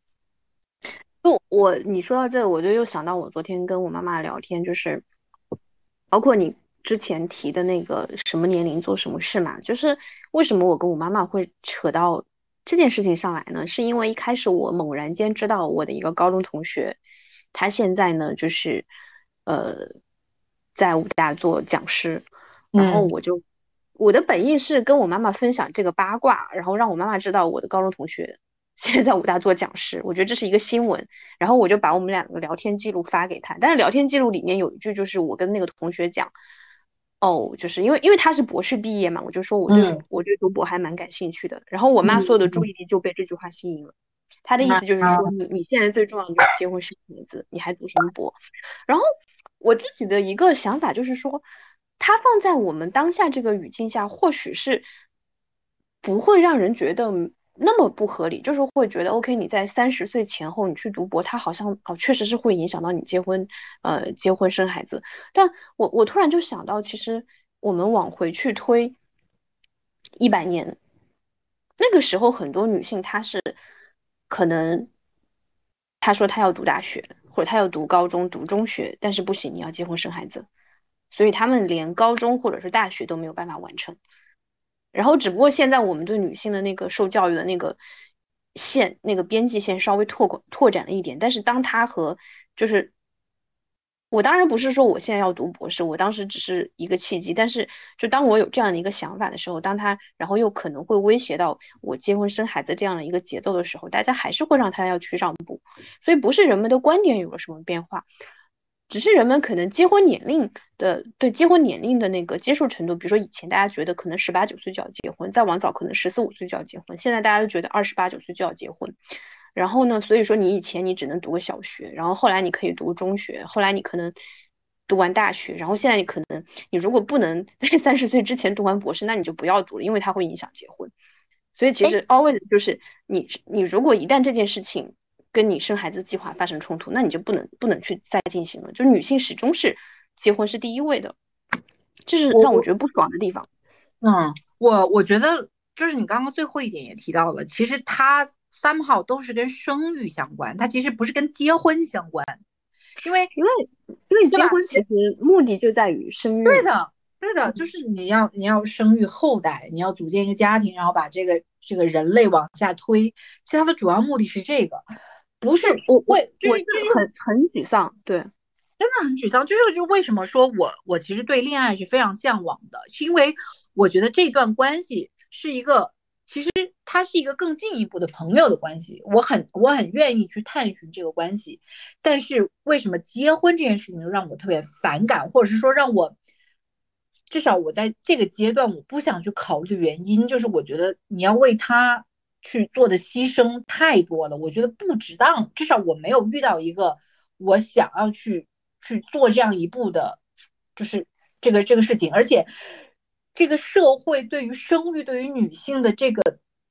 你说到这个，我就又想到我昨天跟我妈妈聊天，就是包括你之前提的那个什么年龄做什么事嘛，就是为什么我跟我妈妈会扯到这件事情上来呢？是因为一开始我猛然间知道我的一个高中同学，他现在呢就是呃在武大做讲师，然后嗯我的本意是跟我妈妈分享这个八卦，然后让我妈妈知道我的高中同学现在在武大做讲师，我觉得这是一个新闻。然后我就把我们两个聊天记录发给他，但是聊天记录里面有一句就是我跟那个同学讲，哦，就是因为他是博士毕业嘛，我就说嗯我对读博还蛮感兴趣的，然后我妈所有的注嗯意力就被这句话吸引了。他的意啊思就是说，你现在最重要的就是结婚生孩子，你还读什么博？然后我自己的一个想法就是说，他放在我们当下这个语境下，或许是不会让人觉得那么不合理，就是会觉得 OK，你在30岁前后你去读博，他好像确实是会影响到你结婚生孩子。但我突然就想到，其实我们往回去推100年，那个时候很多女性她是可能她说她要读大学，或者她要读高中、读中学，但是不行，你要结婚生孩子，所以他们连高中或者是大学都没有办法完成。然后只不过现在我们对女性的那个受教育的那个那个边际线稍微拓展了一点，但是当她和就是我当然不是说我现在要读博士，我当时只是一个契机。但是，就当我有这样的一个想法的时候，然后又可能会威胁到我结婚生孩子这样的一个节奏的时候，大家还是会让他要去让步。所以，不是人们的观点有了什么变化，只是人们可能对结婚年龄的那个接受程度，比如说以前大家觉得可能18、9岁就要结婚，再往早可能14、15岁就要结婚，现在大家都觉得28、9岁就要结婚。然后呢，所以说你以前你只能读个小学，然后后来你可以读中学，后来你可能读完大学，然后现在你如果不能在30岁之前读完博士，那你就不要读了，因为它会影响结婚。所以其实 always 就是你如果一旦这件事情跟你生孩子计划发生冲突，那你就不能去再进行了。就是女性始终是结婚是第一位的，这是让我觉得不爽的地方。 我觉得就是你刚刚最后一点也提到了，其实它3号都是跟生育相关，它其实不是跟结婚相关，因为因为对吧？ 结婚其实目的就在于生育嘛。 对的，对的，就是你要生育后代，你要组建一个家庭，然后把这个人类往下推，其实它的主要目的是这个，不是就我是就是很沮丧，对。 真的很沮丧。就是为什么说我其实对恋爱是非常向往的，是因为我觉得这段关系是一个，其实它是一个更进一步的朋友的关系，我很愿意去探寻这个关系。但是为什么结婚这件事情就让我特别反感，或者是说让我至少我在这个阶段我不想去考虑原因，就是我觉得你要为他去做的牺牲太多了，我觉得不值当。至少我没有遇到一个我想要去做这样一步的，就是这个事情。而且这个社会对于生育对于女性的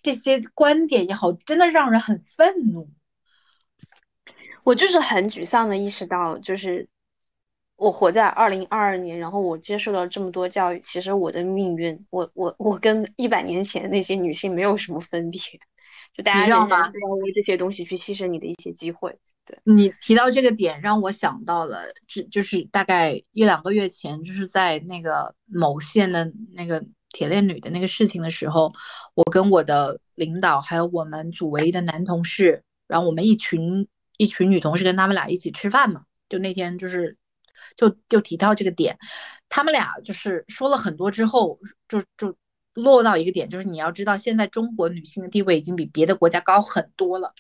这些观点也好，真的让人很愤怒。 我就是很沮丧的意识到，就是我活在2022年，然后我接受了这么多教育，其实我的命运，我跟100年前那些女性没有什么分别，就大家仍你知道吗？ 然是要为这些东西去牺牲你的一些机会。对。 你提到这个点，让我想到了，就是大概1、2个月前，就是在那个某县的那个铁链女的那个事情的时候，我跟我的领导还有我们组唯一的男同事，然后我们一群女同事跟他们俩一起吃饭嘛，就那天就提到这个点，他们俩就是说了很多之后，就落到一个点，就是你要知道，现在中国女性的地位已经比别的国家高很多了。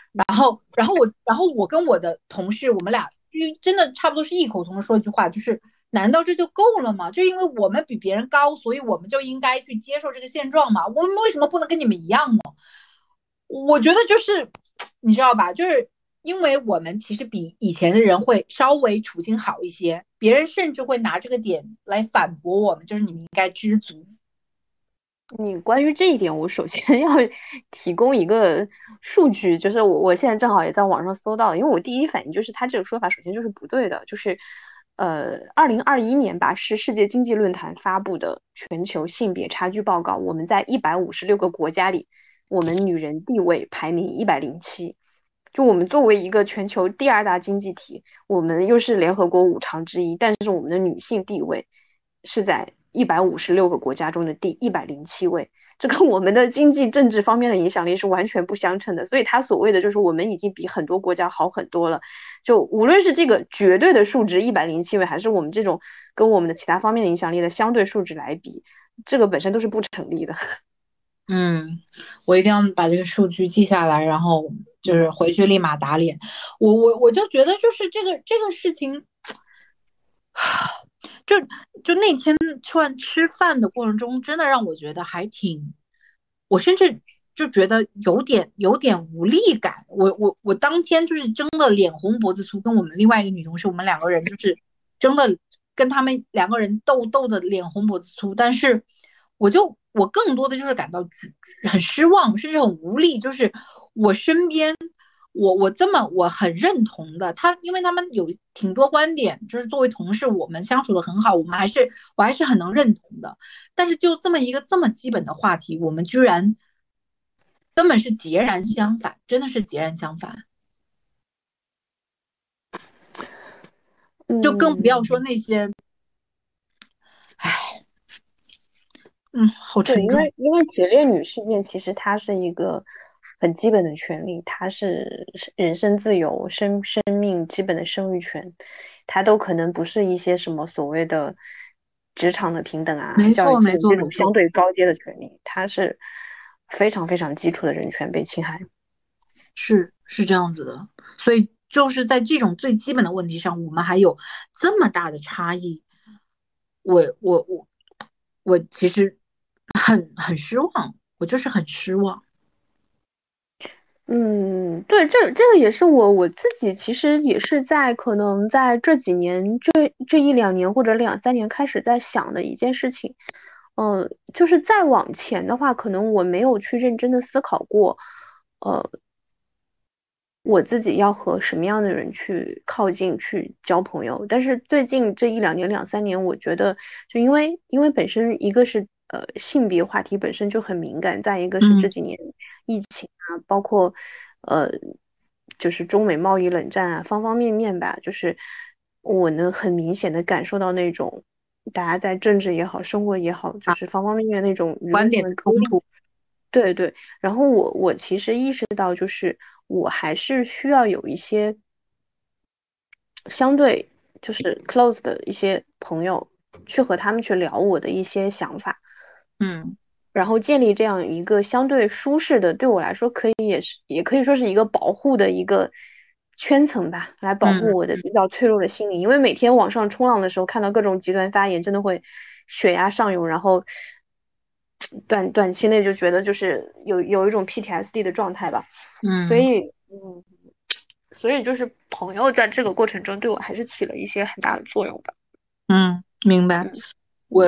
然后我跟我的同事，我们俩真的差不多是异口同声说一句话，就是难道这就够了吗？就因为我们比别人高，所以我们就应该去接受这个现状吗？我们为什么不能跟你们一样呢？我觉得就是你知道吧，就是因为我们其实比以前的人会稍微处境好一些，别人甚至会拿这个点来反驳我们，就是你们应该知足。 你关于这一点，我首先要提供一个数据，就是我现在正好也在网上搜到，因为我第一反应就是他这个说法首先就是不对的，就是2021年吧是世界经济论坛发布的全球性别差距报告，我们在156个国家里，我们女人地位排名107，就我们作为一个全球第二大经济体，我们又是联合国5常之一，但是我们的女性地位是在156个国家中的第107位，这跟我们的经济政治方面的影响力是完全不相称的。所以他所谓的就是我们已经比很多国家好很多了，就无论是这个绝对的数值107位，还是我们这种跟我们的其他方面的影响力的相对数值来比，这个本身都是不成立的。 嗯，我一定要把这个数据记下来，然后就是回去立马打脸。我就觉得就是这个事情，就就那天吃饭的过程中，真的让我觉得还挺，我甚至就觉得有点无力感。我当天就是争的脸红脖子粗，跟我们另外一个女同事，我们两个人就是争的跟他们2个人斗的脸红脖子粗，但是我更多的就是感到很失望，甚至很无力，就是我身边。我很认同的，因为他们有挺多观点，就是作为同事，我们相处的很好，我还是很能认同的。但是就这么一个这么基本的话题，我们居然根本是截然相反，真的是截然相反。就更不要说嗯， 那些，唉，好对， 沉重。 因为铁链女事件其实它是一个很基本的权利，它是人身自由、生命基本的生育权，它都可能不是一些什么所谓的职场的平等啊、 没错， 教育自由没错， 这种相没错， 对高阶的权利，它是非常非常基础的人权被侵害。 是这样子的。所以就是在这种最基本的问题上，我们还有这么大的差异，我我我我其实很失望，我就是很失望。 嗯，对，这个也是我自己其实也是在可能在这几年这1、2年或者2、3年开始在想的一件事情。就是再往前的话，可能我没有去认真的思考过，呃，我自己要和什么样的人去靠近、去交朋友。但是最近这1、2年、2、3年，我觉得就因为本身一个是性别话题本身就很敏感，再一个是这嗯几年疫情啊，包括呃就是中美贸易冷战啊，方方面面吧，就是我能很明显的感受到那种大家在政治也好、生活也好，就啊， 是方方面面那种舆论上观点的的割裂。 冲突。 对对，然后我其实意识到，就是我还是需要有一些相对就是 close 的一些朋友，去和他们去聊我的一些想法， 嗯然后建立这样一个相对舒适的，对我来说也可以说是一个保护的一个圈层吧，来保护嗯， 我的比较脆弱的心理。因为每天网上冲浪的时候，看到各种极端发言，真的会血压上涌，然后短期内就觉得就是有一种 PTSD 的状态吧。所嗯以所以就是朋友在这个过程中对我还是起了一些很大的作用吧。 嗯，明白。 嗯我嗯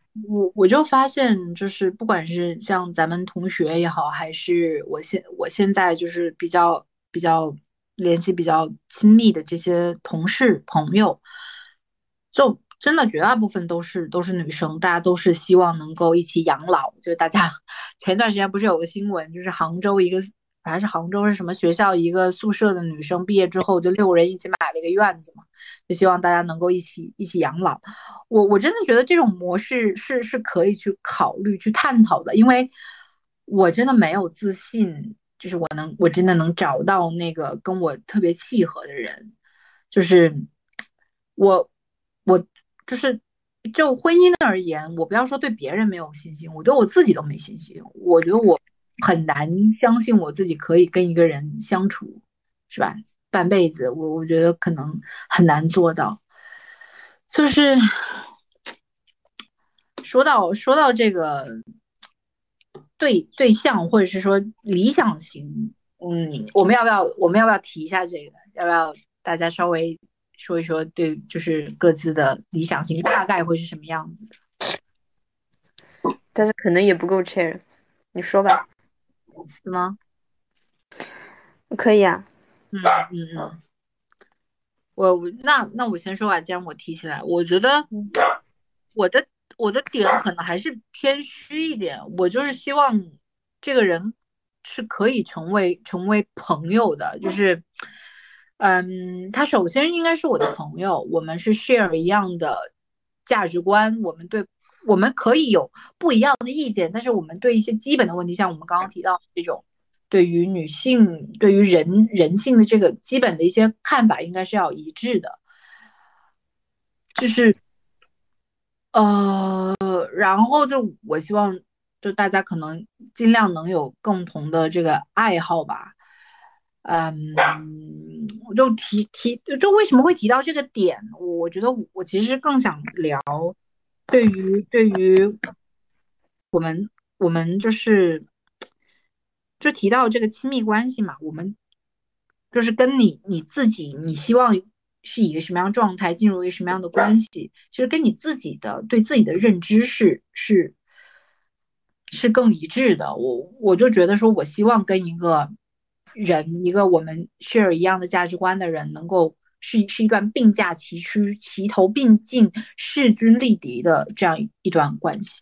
我就发现，就是不管是像咱们同学也好，还是我现在就是比较联系比较亲密的这些同事朋友，就真的绝大部分都是女生，大家都是希望能够一起养老。就大家前段时间不是有个新闻，就是杭州一个还是杭州是什么学校一个宿舍的女生毕业之后，就6个人一起买了一个院子嘛，就希望大家能够一起养老。我真的觉得这种模式是可以去考虑、去探讨的，因为我真的没有自信，就是我真的能找到那个跟我特别契合的人，就是我我就是就婚姻而言，我不要说对别人没有信心，我对我自己都没信心，我觉得我很难相信我自己可以跟一个人相处，是吧？半辈子，我觉得可能很难做到。就是说到这个对象或者是说理想型，我们要不要提一下这个？要不要大家稍微说一说对，就是各自的理想型大概会是什么样子的？ 但是可能也不够 cheer。你说吧。 是吗？ 可以啊。 嗯嗯，那我先说吧，既然我提起来，我觉得嗯我的我的点可能还是偏虚一点，我就是希望这个人是可以成为朋友的，就是他首先应该是我的朋友，我们是 share 一样的价值观，我们可以有不一样的意见，但是我们对一些基本的问题，像我们刚刚提到的这种。对于女性、对于人性的这个基本的一些看法，应该是要一致的。就是然后就我希望，就大家可能尽量能有共同的这个爱好吧。嗯，我就就为什么会提到这个点？我觉得我其实更想聊对于我们就提到这个亲密关系嘛，我们就是跟你自己，你希望是以一个什么样的状态进入一个什么样的关系，其实跟你自己的对自己的认知是更一致的。我就觉得说，我希望跟一个我们 share 一样的价值观的人，能够是一段并驾齐驱、齐头并进、势均力敌的这样一段关系。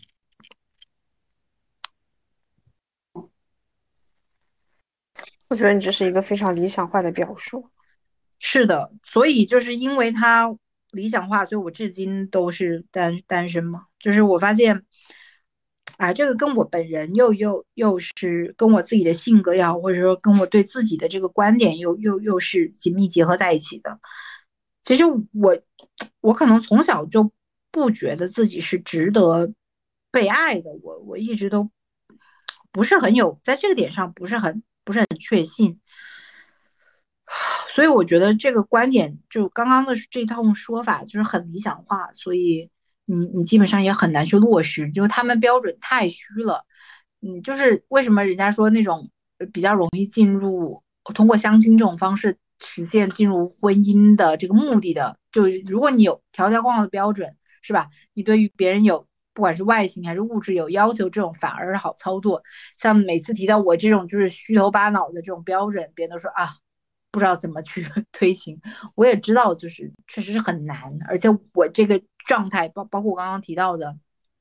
我觉得你这是一个非常理想化的表述。 是的，所以就是因为他理想化，所以我至今都是单身嘛。就是我发现，啊，这个跟我本人又是跟我自己的性格也好，或者说跟我对自己的这个观点又是紧密结合在一起的。其实我可能从小就不觉得自己是值得被爱的，我一直都不是很有在这个点上不是很确信。所以我觉得这个观点就刚刚的这套说法就是很理想化，所以你基本上也很难去落实，就是他们标准太虚了。就是为什么人家说那种比较容易进入通过相亲这种方式实现进入婚姻的这个目的的，就如果你有条条框框的标准，是吧？你对于别人有不管是外形还是物质有要求，这种反而好操作。像每次提到我这种就是虚头巴脑的这种标准，别人都说啊，不知道怎么去推行。我也知道，就是确实是很难，而且我这个状态，包括我刚刚提到的，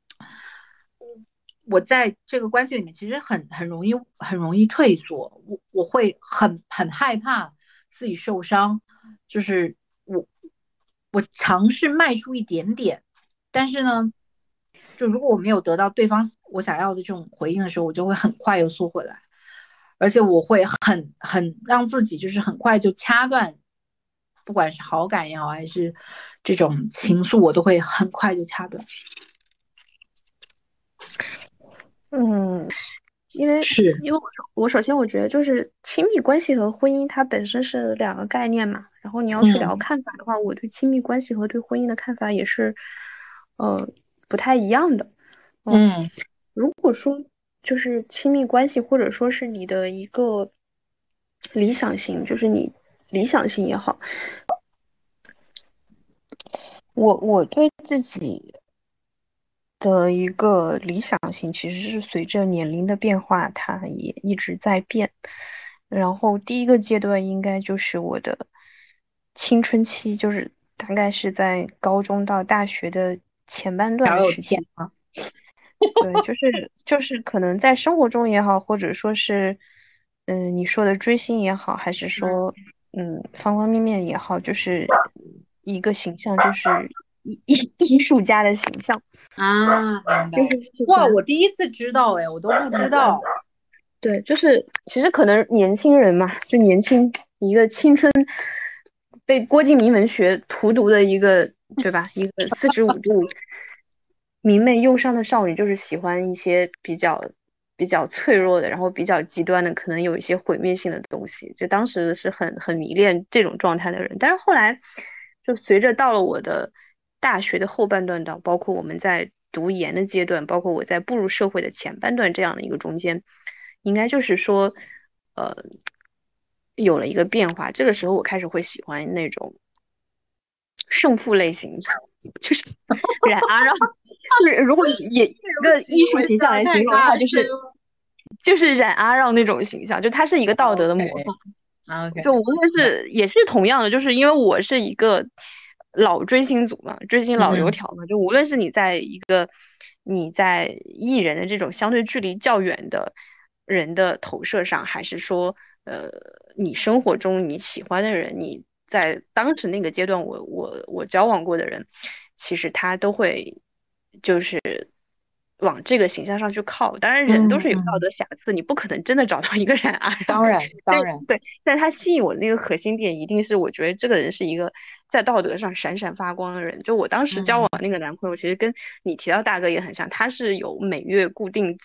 我在这个关系里面其实很容易退缩，我会很害怕自己受伤，就是我我尝试迈出一点点，但是呢，就如果我没有得到对方我想要的这种回应的时候，我就会很快又缩回来。而且我会很让自己就是很快就掐断，不管是好感也好，还是这种情愫，我都会很快就掐断。 嗯，因为是， 因为我首先我觉得就是亲密关系和婚姻它本身是两个概念嘛，然后你要去聊嗯看法的话，我对亲密关系和对婚姻的看法也是呃不太一样的。嗯， 嗯如果说就是亲密关系或者说是你的一个理想型，就是你理想型也好，我对自己的一个理想型其实是随着年龄的变化，它也一直在变。然后第一个阶段应该就是我的青春期，就是大概是在高中到大学的前半段小有的时间。 甜吗？ 对，就是可能在生活中也好，或者说是，你说的追星也好，还是说，方方面面也好，就是一个形象，就是艺术家的形象， 啊，明白。 就是是这哇， 样。 我第一次知道，哎，我都不知道。 对，就是其实可能年轻人嘛，就年轻一个青春被郭敬明文学荼毒的一个，对吧？一个45度明媚忧伤的少女，就是喜欢一些比较脆弱的，然后比较极端的，可能有一些毁灭性的东西。就当时是很迷恋这种状态的人，但是后来就随着到了我的大学的后半段到，包括我们在读研的阶段，包括我在步入社会的前半段这样的一个中间。应该就是说，呃，有了一个变化。这个时候我开始会喜欢那种胜负类型，就是冉阿让。就是如果以一个艺对不起，我术形象笑得太来形容的话， 大声就是了。 就是冉阿让那种形象，就他是一个道德的模范。 OK，OK， 就无论明白。 是也是同样的，就是因为我是一个老追星族嘛，追星老油嗯条嘛，就无论是你在艺人的这种相对距离较远的人的投射上，还是说呃你生活中你喜欢的人，你在当时那个阶段我交往过的人，其实他都会就是往这个形象上去靠。当然人都是有道嗯嗯， 德瑕疵，你不可能真的找到一个人啊，让当然当然。 对，但是他吸引我的那个核心点，一定是我觉得这个人是一个在道德上闪闪发光的人。就我当时交往嗯那个男朋友，其实跟你提到大哥也很像，他是有每月固定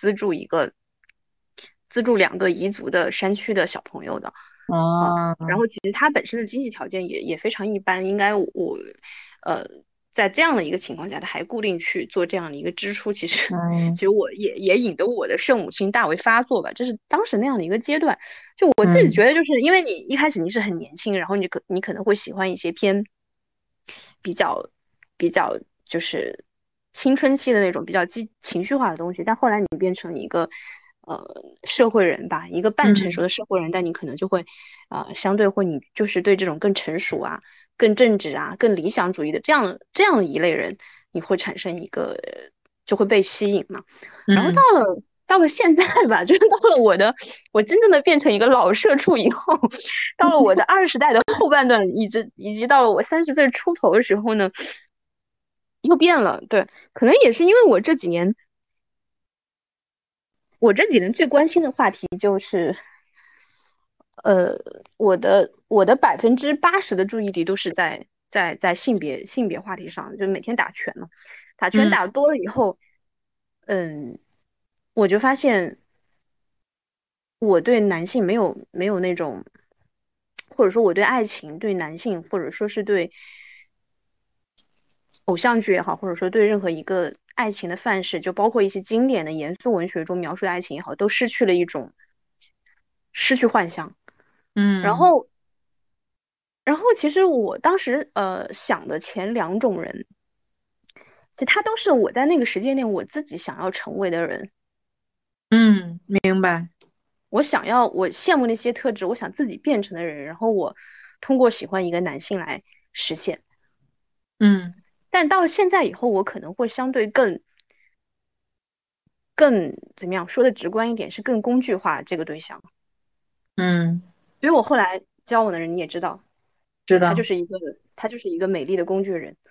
资助2个彝族的山区的小朋友的。然啊， 后其实他本身的经济条件也非常一般，应该呃在这样的一个情况下，他还固定去做这样的一个支出，其实其嗯实我也引得我的圣母心大为发作吧，这是当时那样的一个阶段。就我自己嗯觉得，就是因为你一开始你是很年轻，然后你可能会喜欢一些偏比较比较就是青春期的那种比较情绪化的东西，但后来你变成一个社会人吧，一个半成熟嗯的社会人，但你可能就会相对会你就是对这种更成熟啊、更正直啊、更理想主义的这样一类人，你会产生一个就会被吸引嘛。然后到嗯了到了现在吧，就是到了我真正的变成一个老社畜以后，到了我的20代的后半段，以及到了我30岁出头的时候呢，又变了。对，可能也是因为我这几年最关心的话题就是，呃，我的80%的注意力都是在性别话题上，就每天打拳嘛，打拳嗯打多了以后，嗯，我就发现我对男性没有那种，或者说我对爱情、对男性，或者说是对偶像剧也好，或者说对任何一个爱情的范式，就包括一些经典的严肃文学中描述的爱情也好，都失去幻想。然嗯后，然后其实我当时想的前2种人，其实他都是我在那个时间点我自己想要成为的人。 嗯，明白。 我羡慕那些特质，我想自己变成的人，然后我通过喜欢一个男性来实现。 嗯但到了现在以后，我可能会相对更怎么样说的直观一点，是更工具化这个对象。 嗯， 因为我后来交往的人你也知道，就他就知道。 是一个他就是一个美丽的工具人。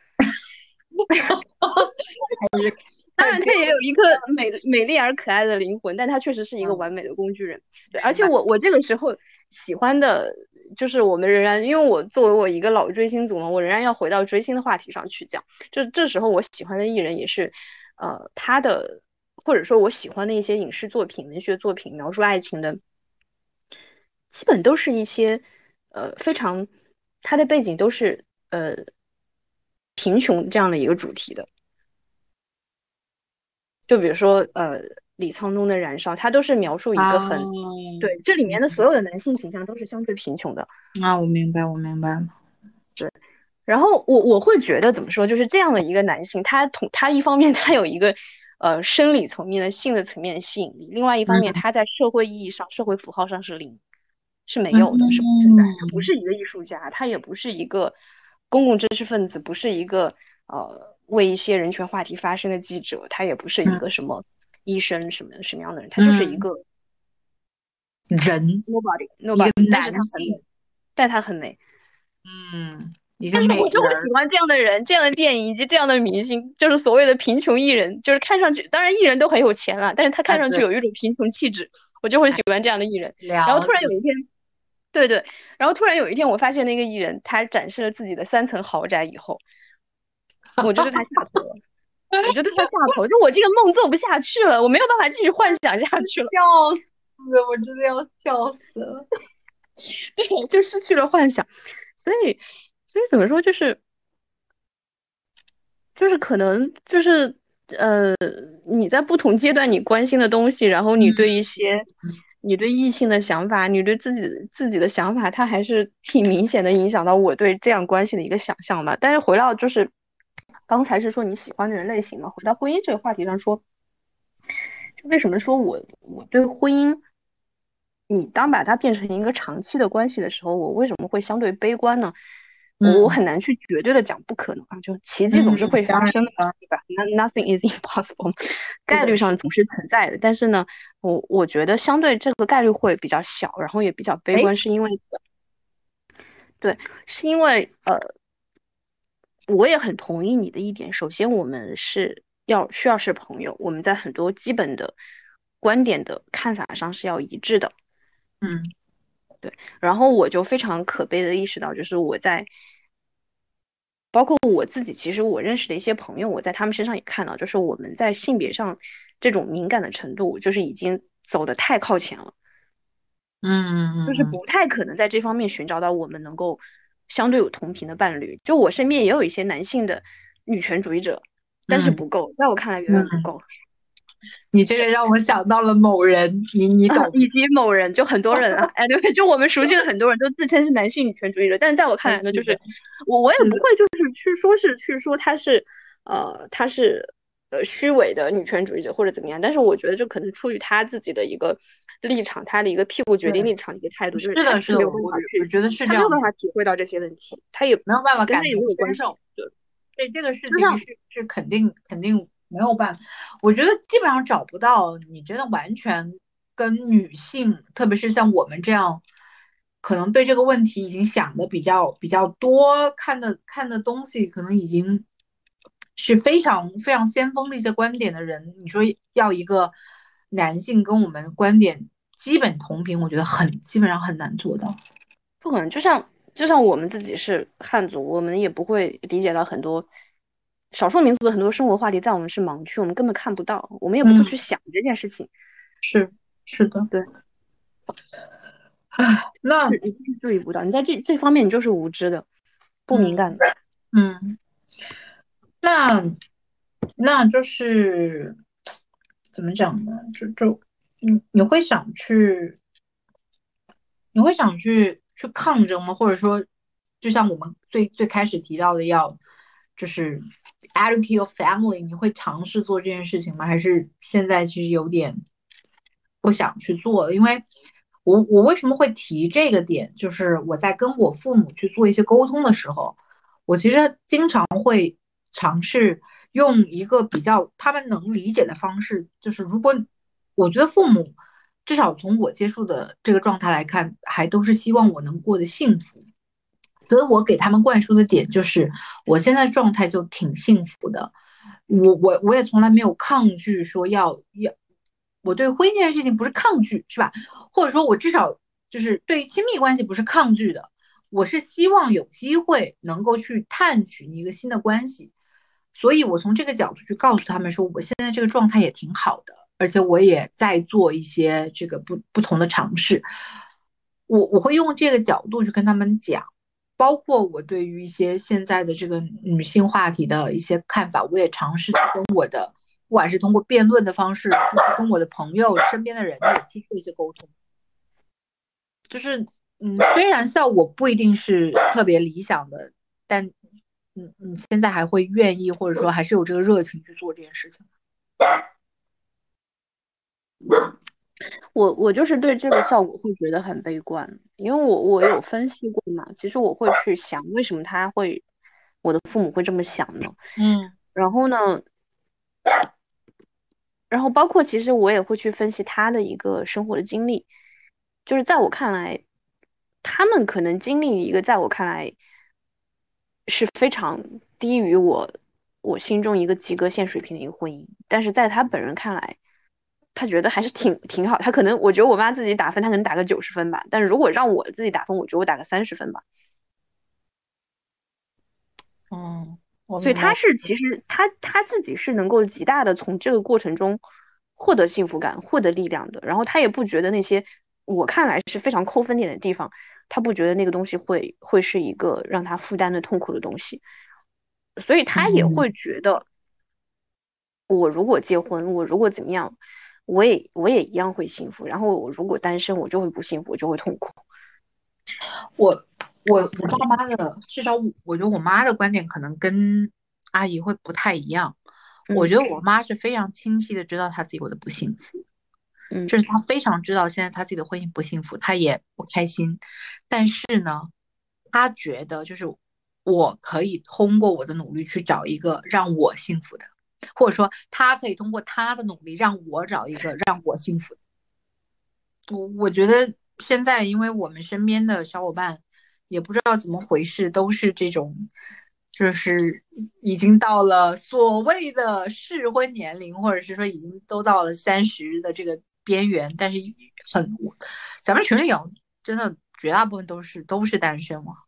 还是当然，他太标也有一颗准。 美丽而可爱的灵魂，但他确实是一个嗯， 完美的工具人。对，而明白。 且我这个时候喜欢的，就是我们仍然，因为我作为我一个老追星族嘛，我仍然要回到追星的话题上去讲。就这时候我喜欢的艺人也是，他的或者说我喜欢的一些影视作品、文学作品描述爱情的，基本都是一些非常，他的背景都是贫穷这样的一个主题的。就比如说李沧东的《燃烧》，它都是描述一个啊， 很，对，这里面的所有的男性形象都是相对贫穷的。 啊，我明白，我明白了。 然后我会觉得怎么说，就是这样的一个男性，他一方面他有一个生理层面的性的层面的吸引力，另外一方面嗯他在社会意义上、社会符号上是零，是没有的，是不存在。他不嗯是一个艺术家，他也不是一个公共知识分子，不是一个为一些人权话题发声的记者，他也不是一个什么医生什么样的人，他就是一嗯， 个人， nobody 一个 nobody，但是他很美， 男性， 但他很美。 一个但是美人儿。 我就会喜欢这样的人、这样的电影以及这样的明星，就是所谓的贫穷艺人，就是看上去，当然艺人都很有钱了，但是他看上去对， 有一种贫穷气质，我就会喜欢这样的艺人。然后了解。 突然有一天，对对，然后突然有一天，我发现那个艺人他展示了自己的3层豪宅以后，我就对他下头了，我就对他下头，就我这个梦做不下去了，我没有办法继续幻想下去了， 笑死，我真的要笑死了。 对，就失去了幻想，所以，所以怎么说，就是可能就是你在不同阶段你关心的东西，然后你对一些你对异性的想法，你对自己的想法，它还是挺明显的影响到我对这样关系的一个想象吧。但是回到就是刚才是说你喜欢的人类型嘛，回到婚姻这个话题上说，就为什么说我对婚姻，你当把它变成一个长期的关系的时候，我为什么会相对悲观呢？我嗯很难去绝对的讲不可能啊，就奇迹总是嗯， 会发当然， 生的，对吧？Nothing is impossible， 是的， 概率上总是存在的。但是呢，我觉得相对这个概率会比较小，然后也比较悲哎， 观，是因为对，是因为我也很同意你的一点。首先，我们需要是朋友，我们在很多基本的观点的看法上是要一致的。 嗯对，然后我就非常可悲的意识到，就是包括我自己，其实我认识的一些朋友，我在他们身上也看到，就是我们在性别上这种敏感的程度，就是已经走得太靠前了，就是嗯不太可能在这方面寻找到我们能够相对有同频的伴侣。就我身边也有一些男性的女权主义者，但是嗯不够，在我看来远远不嗯， 够。 你这个让我想到了某人，你懂？ 以及某人，就很多人啊，哎，对，就我们熟悉的很多人都自称是男性女权主义者，但是在我看来呢，就是是的， 我也是的， 不会就是去说他是虚伪的女权主义者或者怎么样，但是我觉得这可能出于他自己的一个立场，他的一个屁股决定对， 立场的一个态度，就是是的，是的， 他就是没有办我法去， 觉得是他没有办这样子， 法体会到这些问题，他也没有办法跟他也没感同有关系， 身受。 对， 对这个事就像情是肯定没有办法，我觉得基本上找不到你真的完全跟女性，特别是像我们这样，可能对这个问题已经想的比较多，看的东西可能已经是非常非常先锋的一些观点的人，你说要一个男性跟我们观点基本同频，我觉得基本上很难做到。 不可能，就像我们自己是汉族，我们也不会理解到很多少数民族的很多生活话题，在我们是盲区，我们根本看不到，我们也不会嗯， 去想这件事情。 是的， 对， 那你就是注意不到，你在这方面你就是无知的，不敏嗯感的。 嗯。那就是怎么讲呢？你会想去，你会想去抗争吗？或者说，就像我们最开始提到的，就是 educate your family，你会尝试做这件事情吗？还是现在其实有点不想去做了？因为我为什么会提这个点，就是我在跟我父母去做一些沟通的时候，我其实经常会尝试用一个比较他们能理解的方式，就是如果我觉得父母至少从我接触的这个状态来看，还都是希望我能过得幸福，所以我给他们灌输的点就是，我现在状态就挺幸福的，我也从来没有抗拒说要，我对婚姻这件事情不是抗拒，是吧？或者说我至少就是对于亲密关系不是抗拒的，我是希望有机会能够去探寻一个新的关系，所以我从这个角度去告诉他们说，我现在这个状态也挺好的，而且我也在做一些这个不同的尝试，我会用这个角度去跟他们讲。包括我对于一些现在的这个女性话题的一些看法，我也尝试去跟我的，不管是通过辩论的方式，去跟我的朋友、身边的人也去做一些沟通。就是虽然效果不一定是特别理想的，但你现在还会愿意，或者说还是有这个热情去做这件事情？ 我就是对这个效果会觉得很悲观，因为我有分析过嘛，其实我会去想为什么我的父母会这么想呢？ 嗯然后呢，然后包括其实我也会去分析他的一个生活的经历，就是在我看来，他们可能经历一个在我看来是非常低于我心中一个及格线水平的一个婚姻，但是在他本人看来，他觉得还是挺好。他可能我觉得我妈自己打分，他可能打个90分吧，但是如果让我自己打分，我觉得我打个30分吧。 嗯，我所以明白。 其实他自己是能够极大的从这个过程中获得幸福感、获得力量的。然后他也不觉得那些我看来是非常扣分点的地方，他不觉得那个东西会是一个让他负担的痛苦的东西。所以他也嗯， 会觉得，我如果结婚，我如果怎么样，我也一样会幸福。然后我如果单身，我就会不幸福，我就会痛苦。 我我爸妈的，至少我觉得我妈的观点可能跟阿姨会不太一样。我嗯觉得我妈是非常清晰的知道她自己过得不幸福， 嗯就是她非常知道现在她自己的婚姻不幸福，她也不开心。但是呢，她觉得就是我可以通过我的努力去找一个让我幸福的，或者说她可以通过她的努力让我找一个让我幸福的。我觉得现在，因为我们身边的小伙伴也不知道怎么回事，都是这种，就是已经到了所谓的适婚年龄，或者是说已经都到了30的这个边缘，但是很，咱们群里有真的绝大部分都是单身嘛，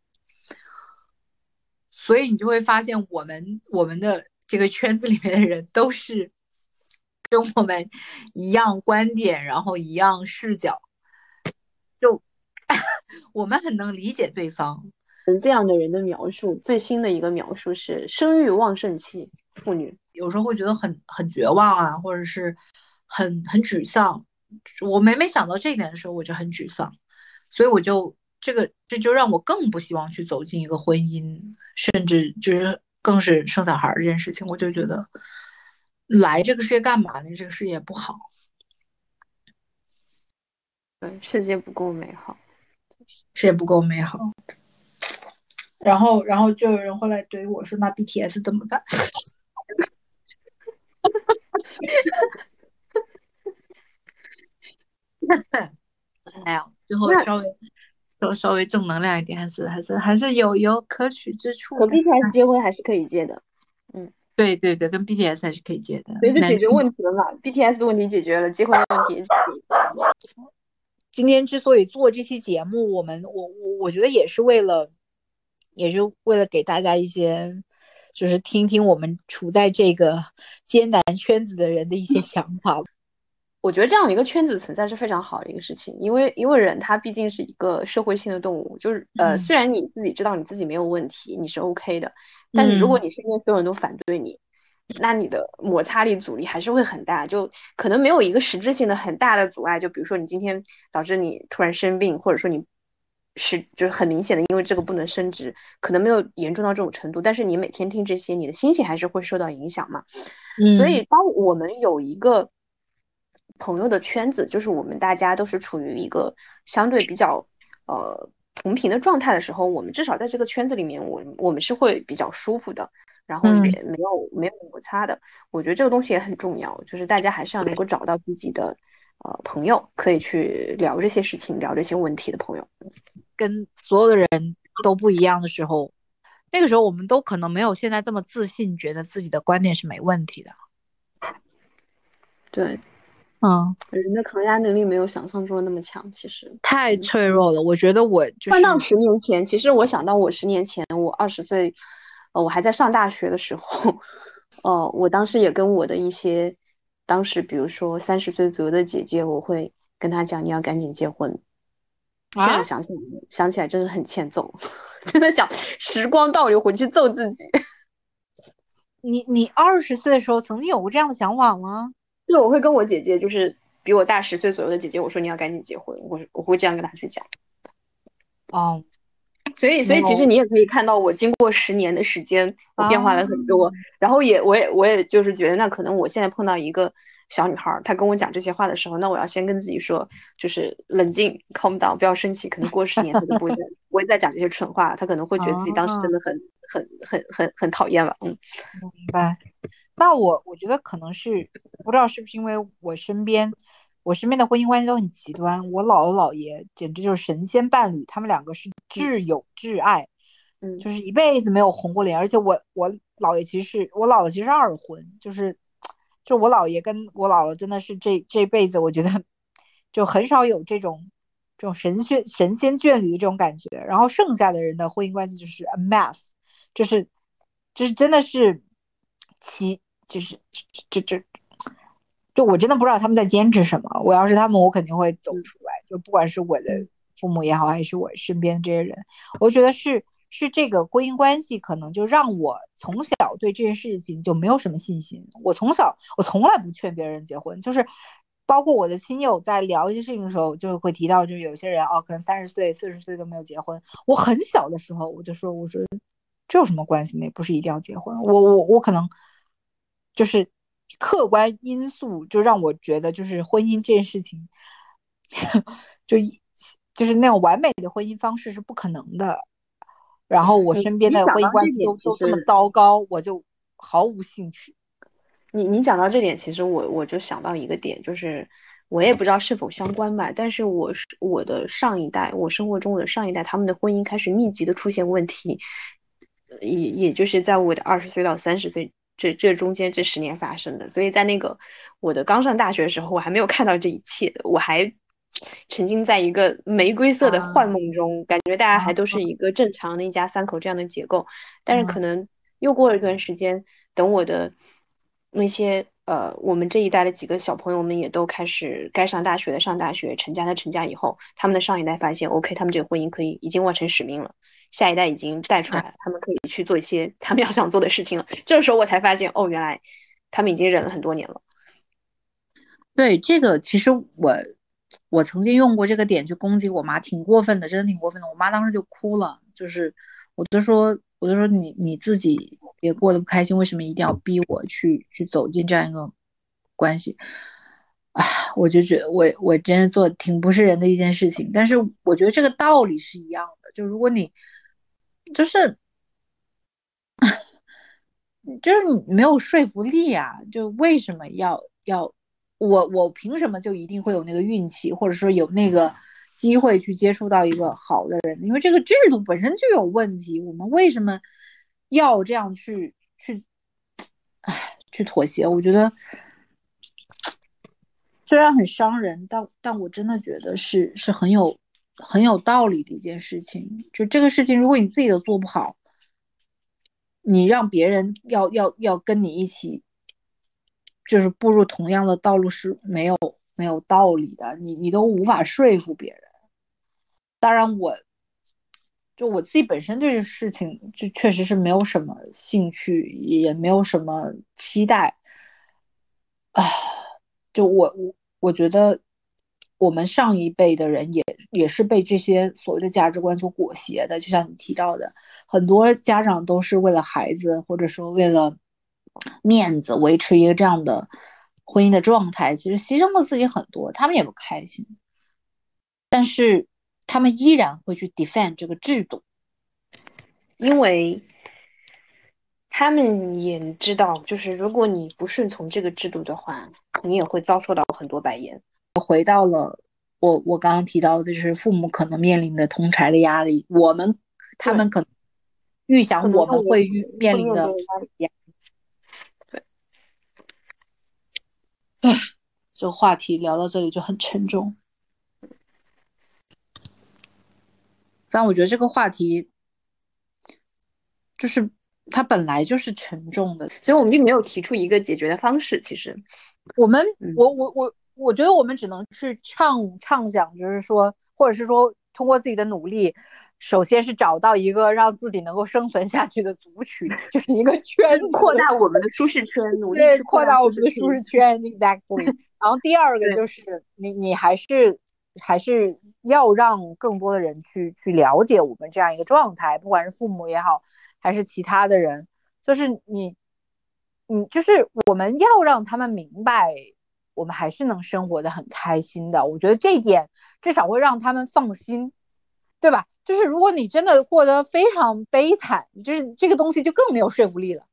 所以你就会发现我们的这个圈子里面的人都是跟我们一样观点，然后一样视角。就我们很能理解对方， 这样的人的描述，最新的一个描述是生育旺盛期妇女。 有时候会觉得很绝望啊，或者是很沮丧。我每每想到这一点的时候，我就很沮丧，所以这就让我更不希望去走进一个婚姻，甚至就是更是生小孩这件事情，我就觉得来这个世界干嘛呢？这个世界不好， 对，世界不够美好。 世界不够美好。然后就有人后来怼我说："那 BTS 怎么办？"哎呀，最后那稍微正能量一点，还是有可取之处和的。 BTS 结婚还是可以结的。嗯， 对对对，跟 BTS 还是可以接的。那所以就解决问题了嘛？BTS 的问题解决了，结婚的问题也解决了。 今天之所以做这期节目，我觉得也是为了给大家一些，就是听听我们处在这个艰难圈子的人的一些想法。 我觉得这样的一个圈子存在是非常好的一个事情，因为人他毕竟是一个社会性的动物，就是嗯虽然你自己知道你自己没有问题，你是 OK 的，但是如果嗯你身边所有人都反对你，那你的摩擦力阻力还是会很大，就可能没有一个实质性的很大的阻碍，就比如说你今天导致你突然生病，或者说你就是很明显的因为这个不能升职，可能没有严重到这种程度，但是你每天听这些，你的心情还是会受到影响嘛。所嗯以当我们有一个朋友的圈子，就是我们大家都是处于一个相对比较同频的状态的时候，我们至少在这个圈子里面，我们是会比较舒服的，然后嗯， 也没有摩擦的。我觉得这个东西也很重要，就是大家还是要能够找到自己的朋友，可以去聊这些事情、聊这些问题的朋友。 跟所有的人都不一样的时候，那个时候我们都可能没有现在这么自信，觉得自己的观点是没问题的。 对， 嗯， 人的抗压能力没有想象中的那么强，其实。 太脆弱了。我觉得我就换到是 10年前，其实我想到我10年前，我20岁，我还在上大学的时候，我当时也跟我的一些，当时比如说30岁左右的姐姐，我会跟她讲，你要赶紧结婚。现在啊， 想起来真的很欠揍，真的想时光倒流回去揍自己。 你20岁的时候曾经有过这样的想法吗？ 就我会跟我姐姐，就是比我大10岁左右的姐姐，我说你要赶紧结婚，我会这样跟她去讲。 哦， 所以其实没有你也可以看到，我经过10年的时间，我变化啊， 了很多。然后我也就是觉得，那可能我现在碰到一个小女孩，她跟我讲这些话的时候，那我要先跟自己说，就是冷静，calm down，不要生气。可能过10年，她就不会再讲这些蠢话，她可能会觉得自己当时真啊， 的很讨厌吧。嗯明白。那我觉得可能是不知道是不是因为我身边的婚姻关系都很极端，我姥姥姥爷简直就是神仙伴侣，他们两个是嗯挚友挚爱， 嗯就是一辈子没有红过脸，而且我姥姥其实是二婚，就我姥爷跟我姥姥真的是这辈子我觉得就很少有这种神仙眷侣的这种感觉，然后剩下的人的婚姻关系就是 a mess，就是就是真的是其就是这这就我真的不知道他们在坚持什么。我要是他们，我肯定会走嗯出来。就不管是我的嗯父母也好，还是我身边的这些人，我觉得是这个婚姻关系可能就让我从小对这件事情就没有什么信心。我从来不劝别人结婚，就是包括我的亲友在聊一些事情的时候，就会提到，就是有些人可能30岁、40岁都没有结婚。我很小的时候我就说，我说这有什么关系呢？不是一定要结婚。我可能就是客观因素，就让我觉得就是婚姻这件事情，就就是那种完美的婚姻方式是不可能的。然后我你身边你讲的婚姻关到这点， 系都这么其实糟糕，我就毫无兴趣。 你讲到这点，其实我就想到一个点，就是我也不知道是否相关吧，但是我的上一代，我生活中的上一代，他们的婚姻开始密集的出现问题，也就是在我的20岁到30岁这中间这10年发生的，所以在那个我的刚上大学的时候，我还没有看到这一切，我还沉浸在一个玫瑰色的幻啊梦中，感觉大家还啊都是一个正常的一家三口这样的结构，但是可嗯能又过了一段时间。等我的那些我们这一代的几个小朋友们也都开始该上大学的上大学，成家的成家以后，他们的上一代发现，OK，他们这个婚姻可以已经完成使命了，下一代已经带出来了，他们可以去做一些他们要想做的事情了。这个时候我才发现，哦，原来他们已经忍了很多年了。 对，这个其实我曾经用过这个点去攻击我妈，挺过分的，真的挺过分的。我妈当时就哭了，就是我就说你自己也过得不开心，为什么一定要逼我去走进这样一个关系？啊，我就觉得我真的做挺不是人的一件事情。但是我觉得这个道理是一样的，就如果你就是就是你没有说服力啊，就为什么要我凭什么就一定会有那个运气，或者说有那个机会去接触到一个好的人？因为这个制度本身就有问题，我们为什么要这样去妥协？我觉得虽然很伤人，但我真的觉得是很有道理的一件事情。就这个事情，如果你自己都做不好，你让别人要跟你一起，就是步入同样的道路是没有道理的，你都无法说服别人。当然就我自己本身对这事情就确实是没有什么兴趣，也没有什么期待啊。就我觉得我们上一辈的人也是被这些所谓的价值观所裹挟的，就像你提到的，很多家长都是为了孩子，或者说为了面子，维持一个这样的婚姻的状态，其实牺牲了自己很多，他们也不开心，但是他们依然会去 defend 这个制度。 因为他们也知道，就是如果你不顺从这个制度的话，你也会遭受到很多白眼。 我刚刚提到的，就是父母可能面临的同柴的压力，他们对， 可能预可想我们能会面会面对临的压力。 压对， 力。这个话题聊到这里就很沉重，但我觉得这个话题就是它本来就是沉重的。 所以我们并没有提出一个解决的方式。其实， 我们嗯， 我觉得我们只能去畅想，就是说，或者是说通过自己的努力，首先是找到一个让自己能够生存下去的族群，就是一个圈就是扩子， 大我们的舒适圈，努力对， 去扩大扩大我们的舒适圈。 舒适圈，exactly。然后第二个对， 就是你还是还是要让更多的人去了解我们这样一个状态，不管是父母也好，还是其他的人，就是就是我们要让他们明白，我们还是能生活的很开心的。我觉得这一点至少会让他们放心，对吧？就是如果你真的过得非常悲惨，就是这个东西就更没有说服力了。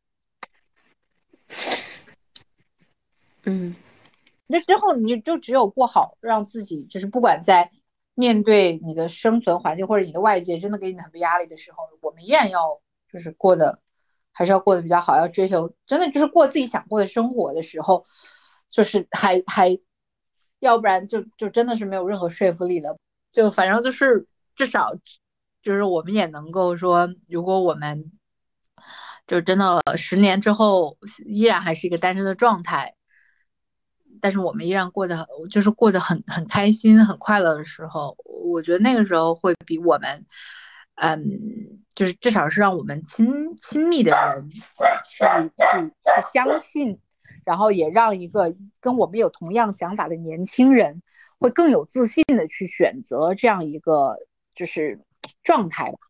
那之后你就只有过好，让自己就是不管在面对你的生存环境或者你的外界真的给你很多压力的时候，我们依然要就是过得还是要过得比较好，要追求真的就是过自己想过的生活的时候，就是还要不然就真的是没有任何说服力了。就反正就是至少就是我们也能够说，如果我们就真的10年之后依然还是一个单身的状态，但是我们依然过得很开心、很快乐的时候，我觉得那个时候会比我们，嗯，就是至少是让我们亲密的人去相信，然后也让一个跟我们有同样想法的年轻人会更有自信的去选择这样一个就是状态吧。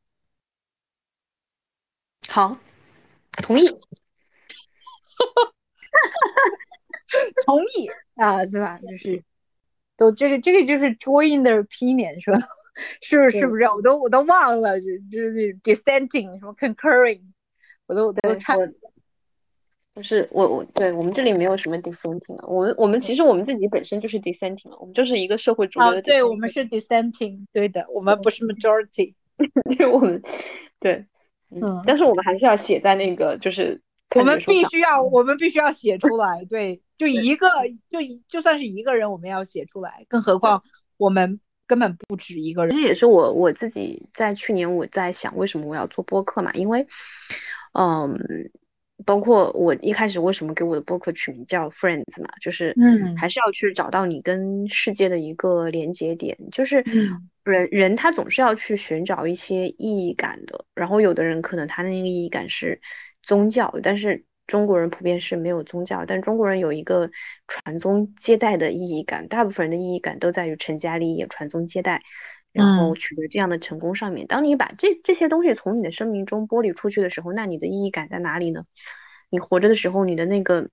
好，同意。 同意啊，对吧？就是都这个就是 join the opinion 是吧？是不是？我都忘了，就是 dissenting 什么 concurring，我都差。 就是对我们这里没有什么 dissenting 了，我们其实我们自己本身就是 dissenting 了，我们就是一个社会主流的对，我 dissenting。 们是 dissenting，对的，我们不是 majority。 对，我们对，但是我们还是要写在那个就是我们判决书上。 我们必须要写出来，对，就算是一个人，我们也要写出来，更何况我们根本不止一个人。 这也是我自己在去年我在想为什么我要做播客嘛，因为包括我一开始为什么给我的播客取名叫 Friends 嘛，就是还是要去找到你跟世界的一个连接点，就是人他总是要去寻找一些意义感的，然后有的人可能他的那个意义感是宗教，但是中国人普遍是没有宗教，但中国人有一个传宗接代的意义感，大部分人的意义感都在于成家立业、传宗接代。然后取得这样的成功上面，当你把这些东西从你的生命中剥离出去的时候，那你的意义感在哪里呢？你活着的时候，你的那个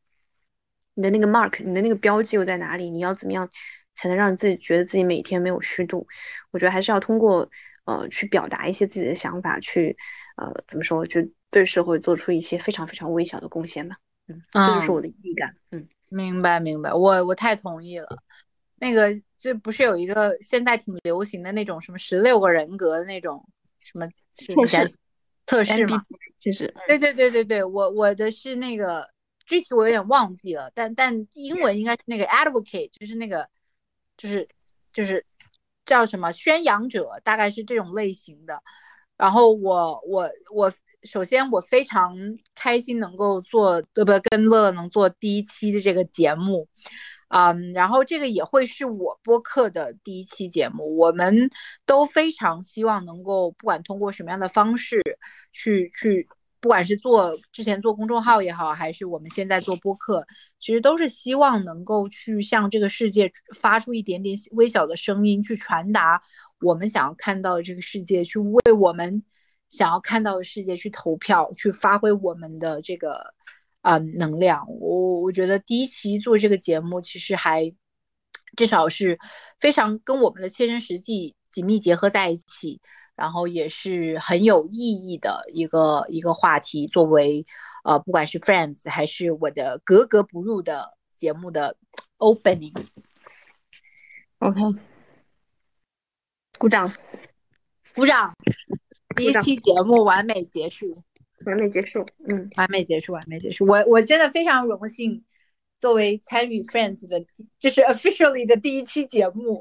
mark，你的那个标记又在哪里？你要怎么样才能让自己觉得自己每天没有虚度？我觉得还是要通过去表达一些自己的想法，去怎么说，就对社会做出一些非常非常微小的贡献吧。这就是我的意义感。 明白，我太同意了。那个这不是有一个现在挺流行的那种什么16个人格的那种什么测试嘛？ 就是对，我的是那个具体我有点忘记了，但英文应该是那个 advocate，就是那个就是叫什么宣扬者，大概是这种类型的。然后我首先我非常开心能够跟乐乐能做第1期的这个节目。然后这个也会是我播客的第1期节目，我们都非常希望能够不管通过什么样的方式去不管是之前做公众号也好，还是我们现在做播客，其实都是希望能够去向这个世界发出一点点微小的声音，去传达我们想要看到的这个世界，去为我们想要看到的世界去投票，去发挥我们的这个能量。我觉得第1期做这个节目其实还至少是非常跟我们的切身实际紧密结合在一起，然后也是很有意义的一个话题，作为不管是 Friends 还是我的格格不入的节目的 opening。 OK， 鼓掌。 第1期节目完美结束。 完美结束。 我真的非常荣幸作为参与 Friends 的，就是 officially 的第1期节目。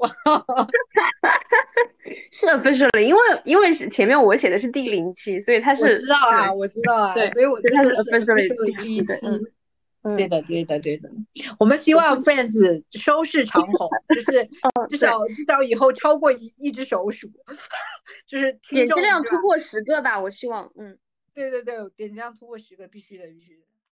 是 officially，因为前面我写的是第0期，所以它是我知道啊， 对， 所以我就说是 officially 第1期。对的。我们希望 Friends 收视长虹，就是至少以后超过一只手数，就是点击量突破10个吧，我希望。 对，点击量突破10个，必须的。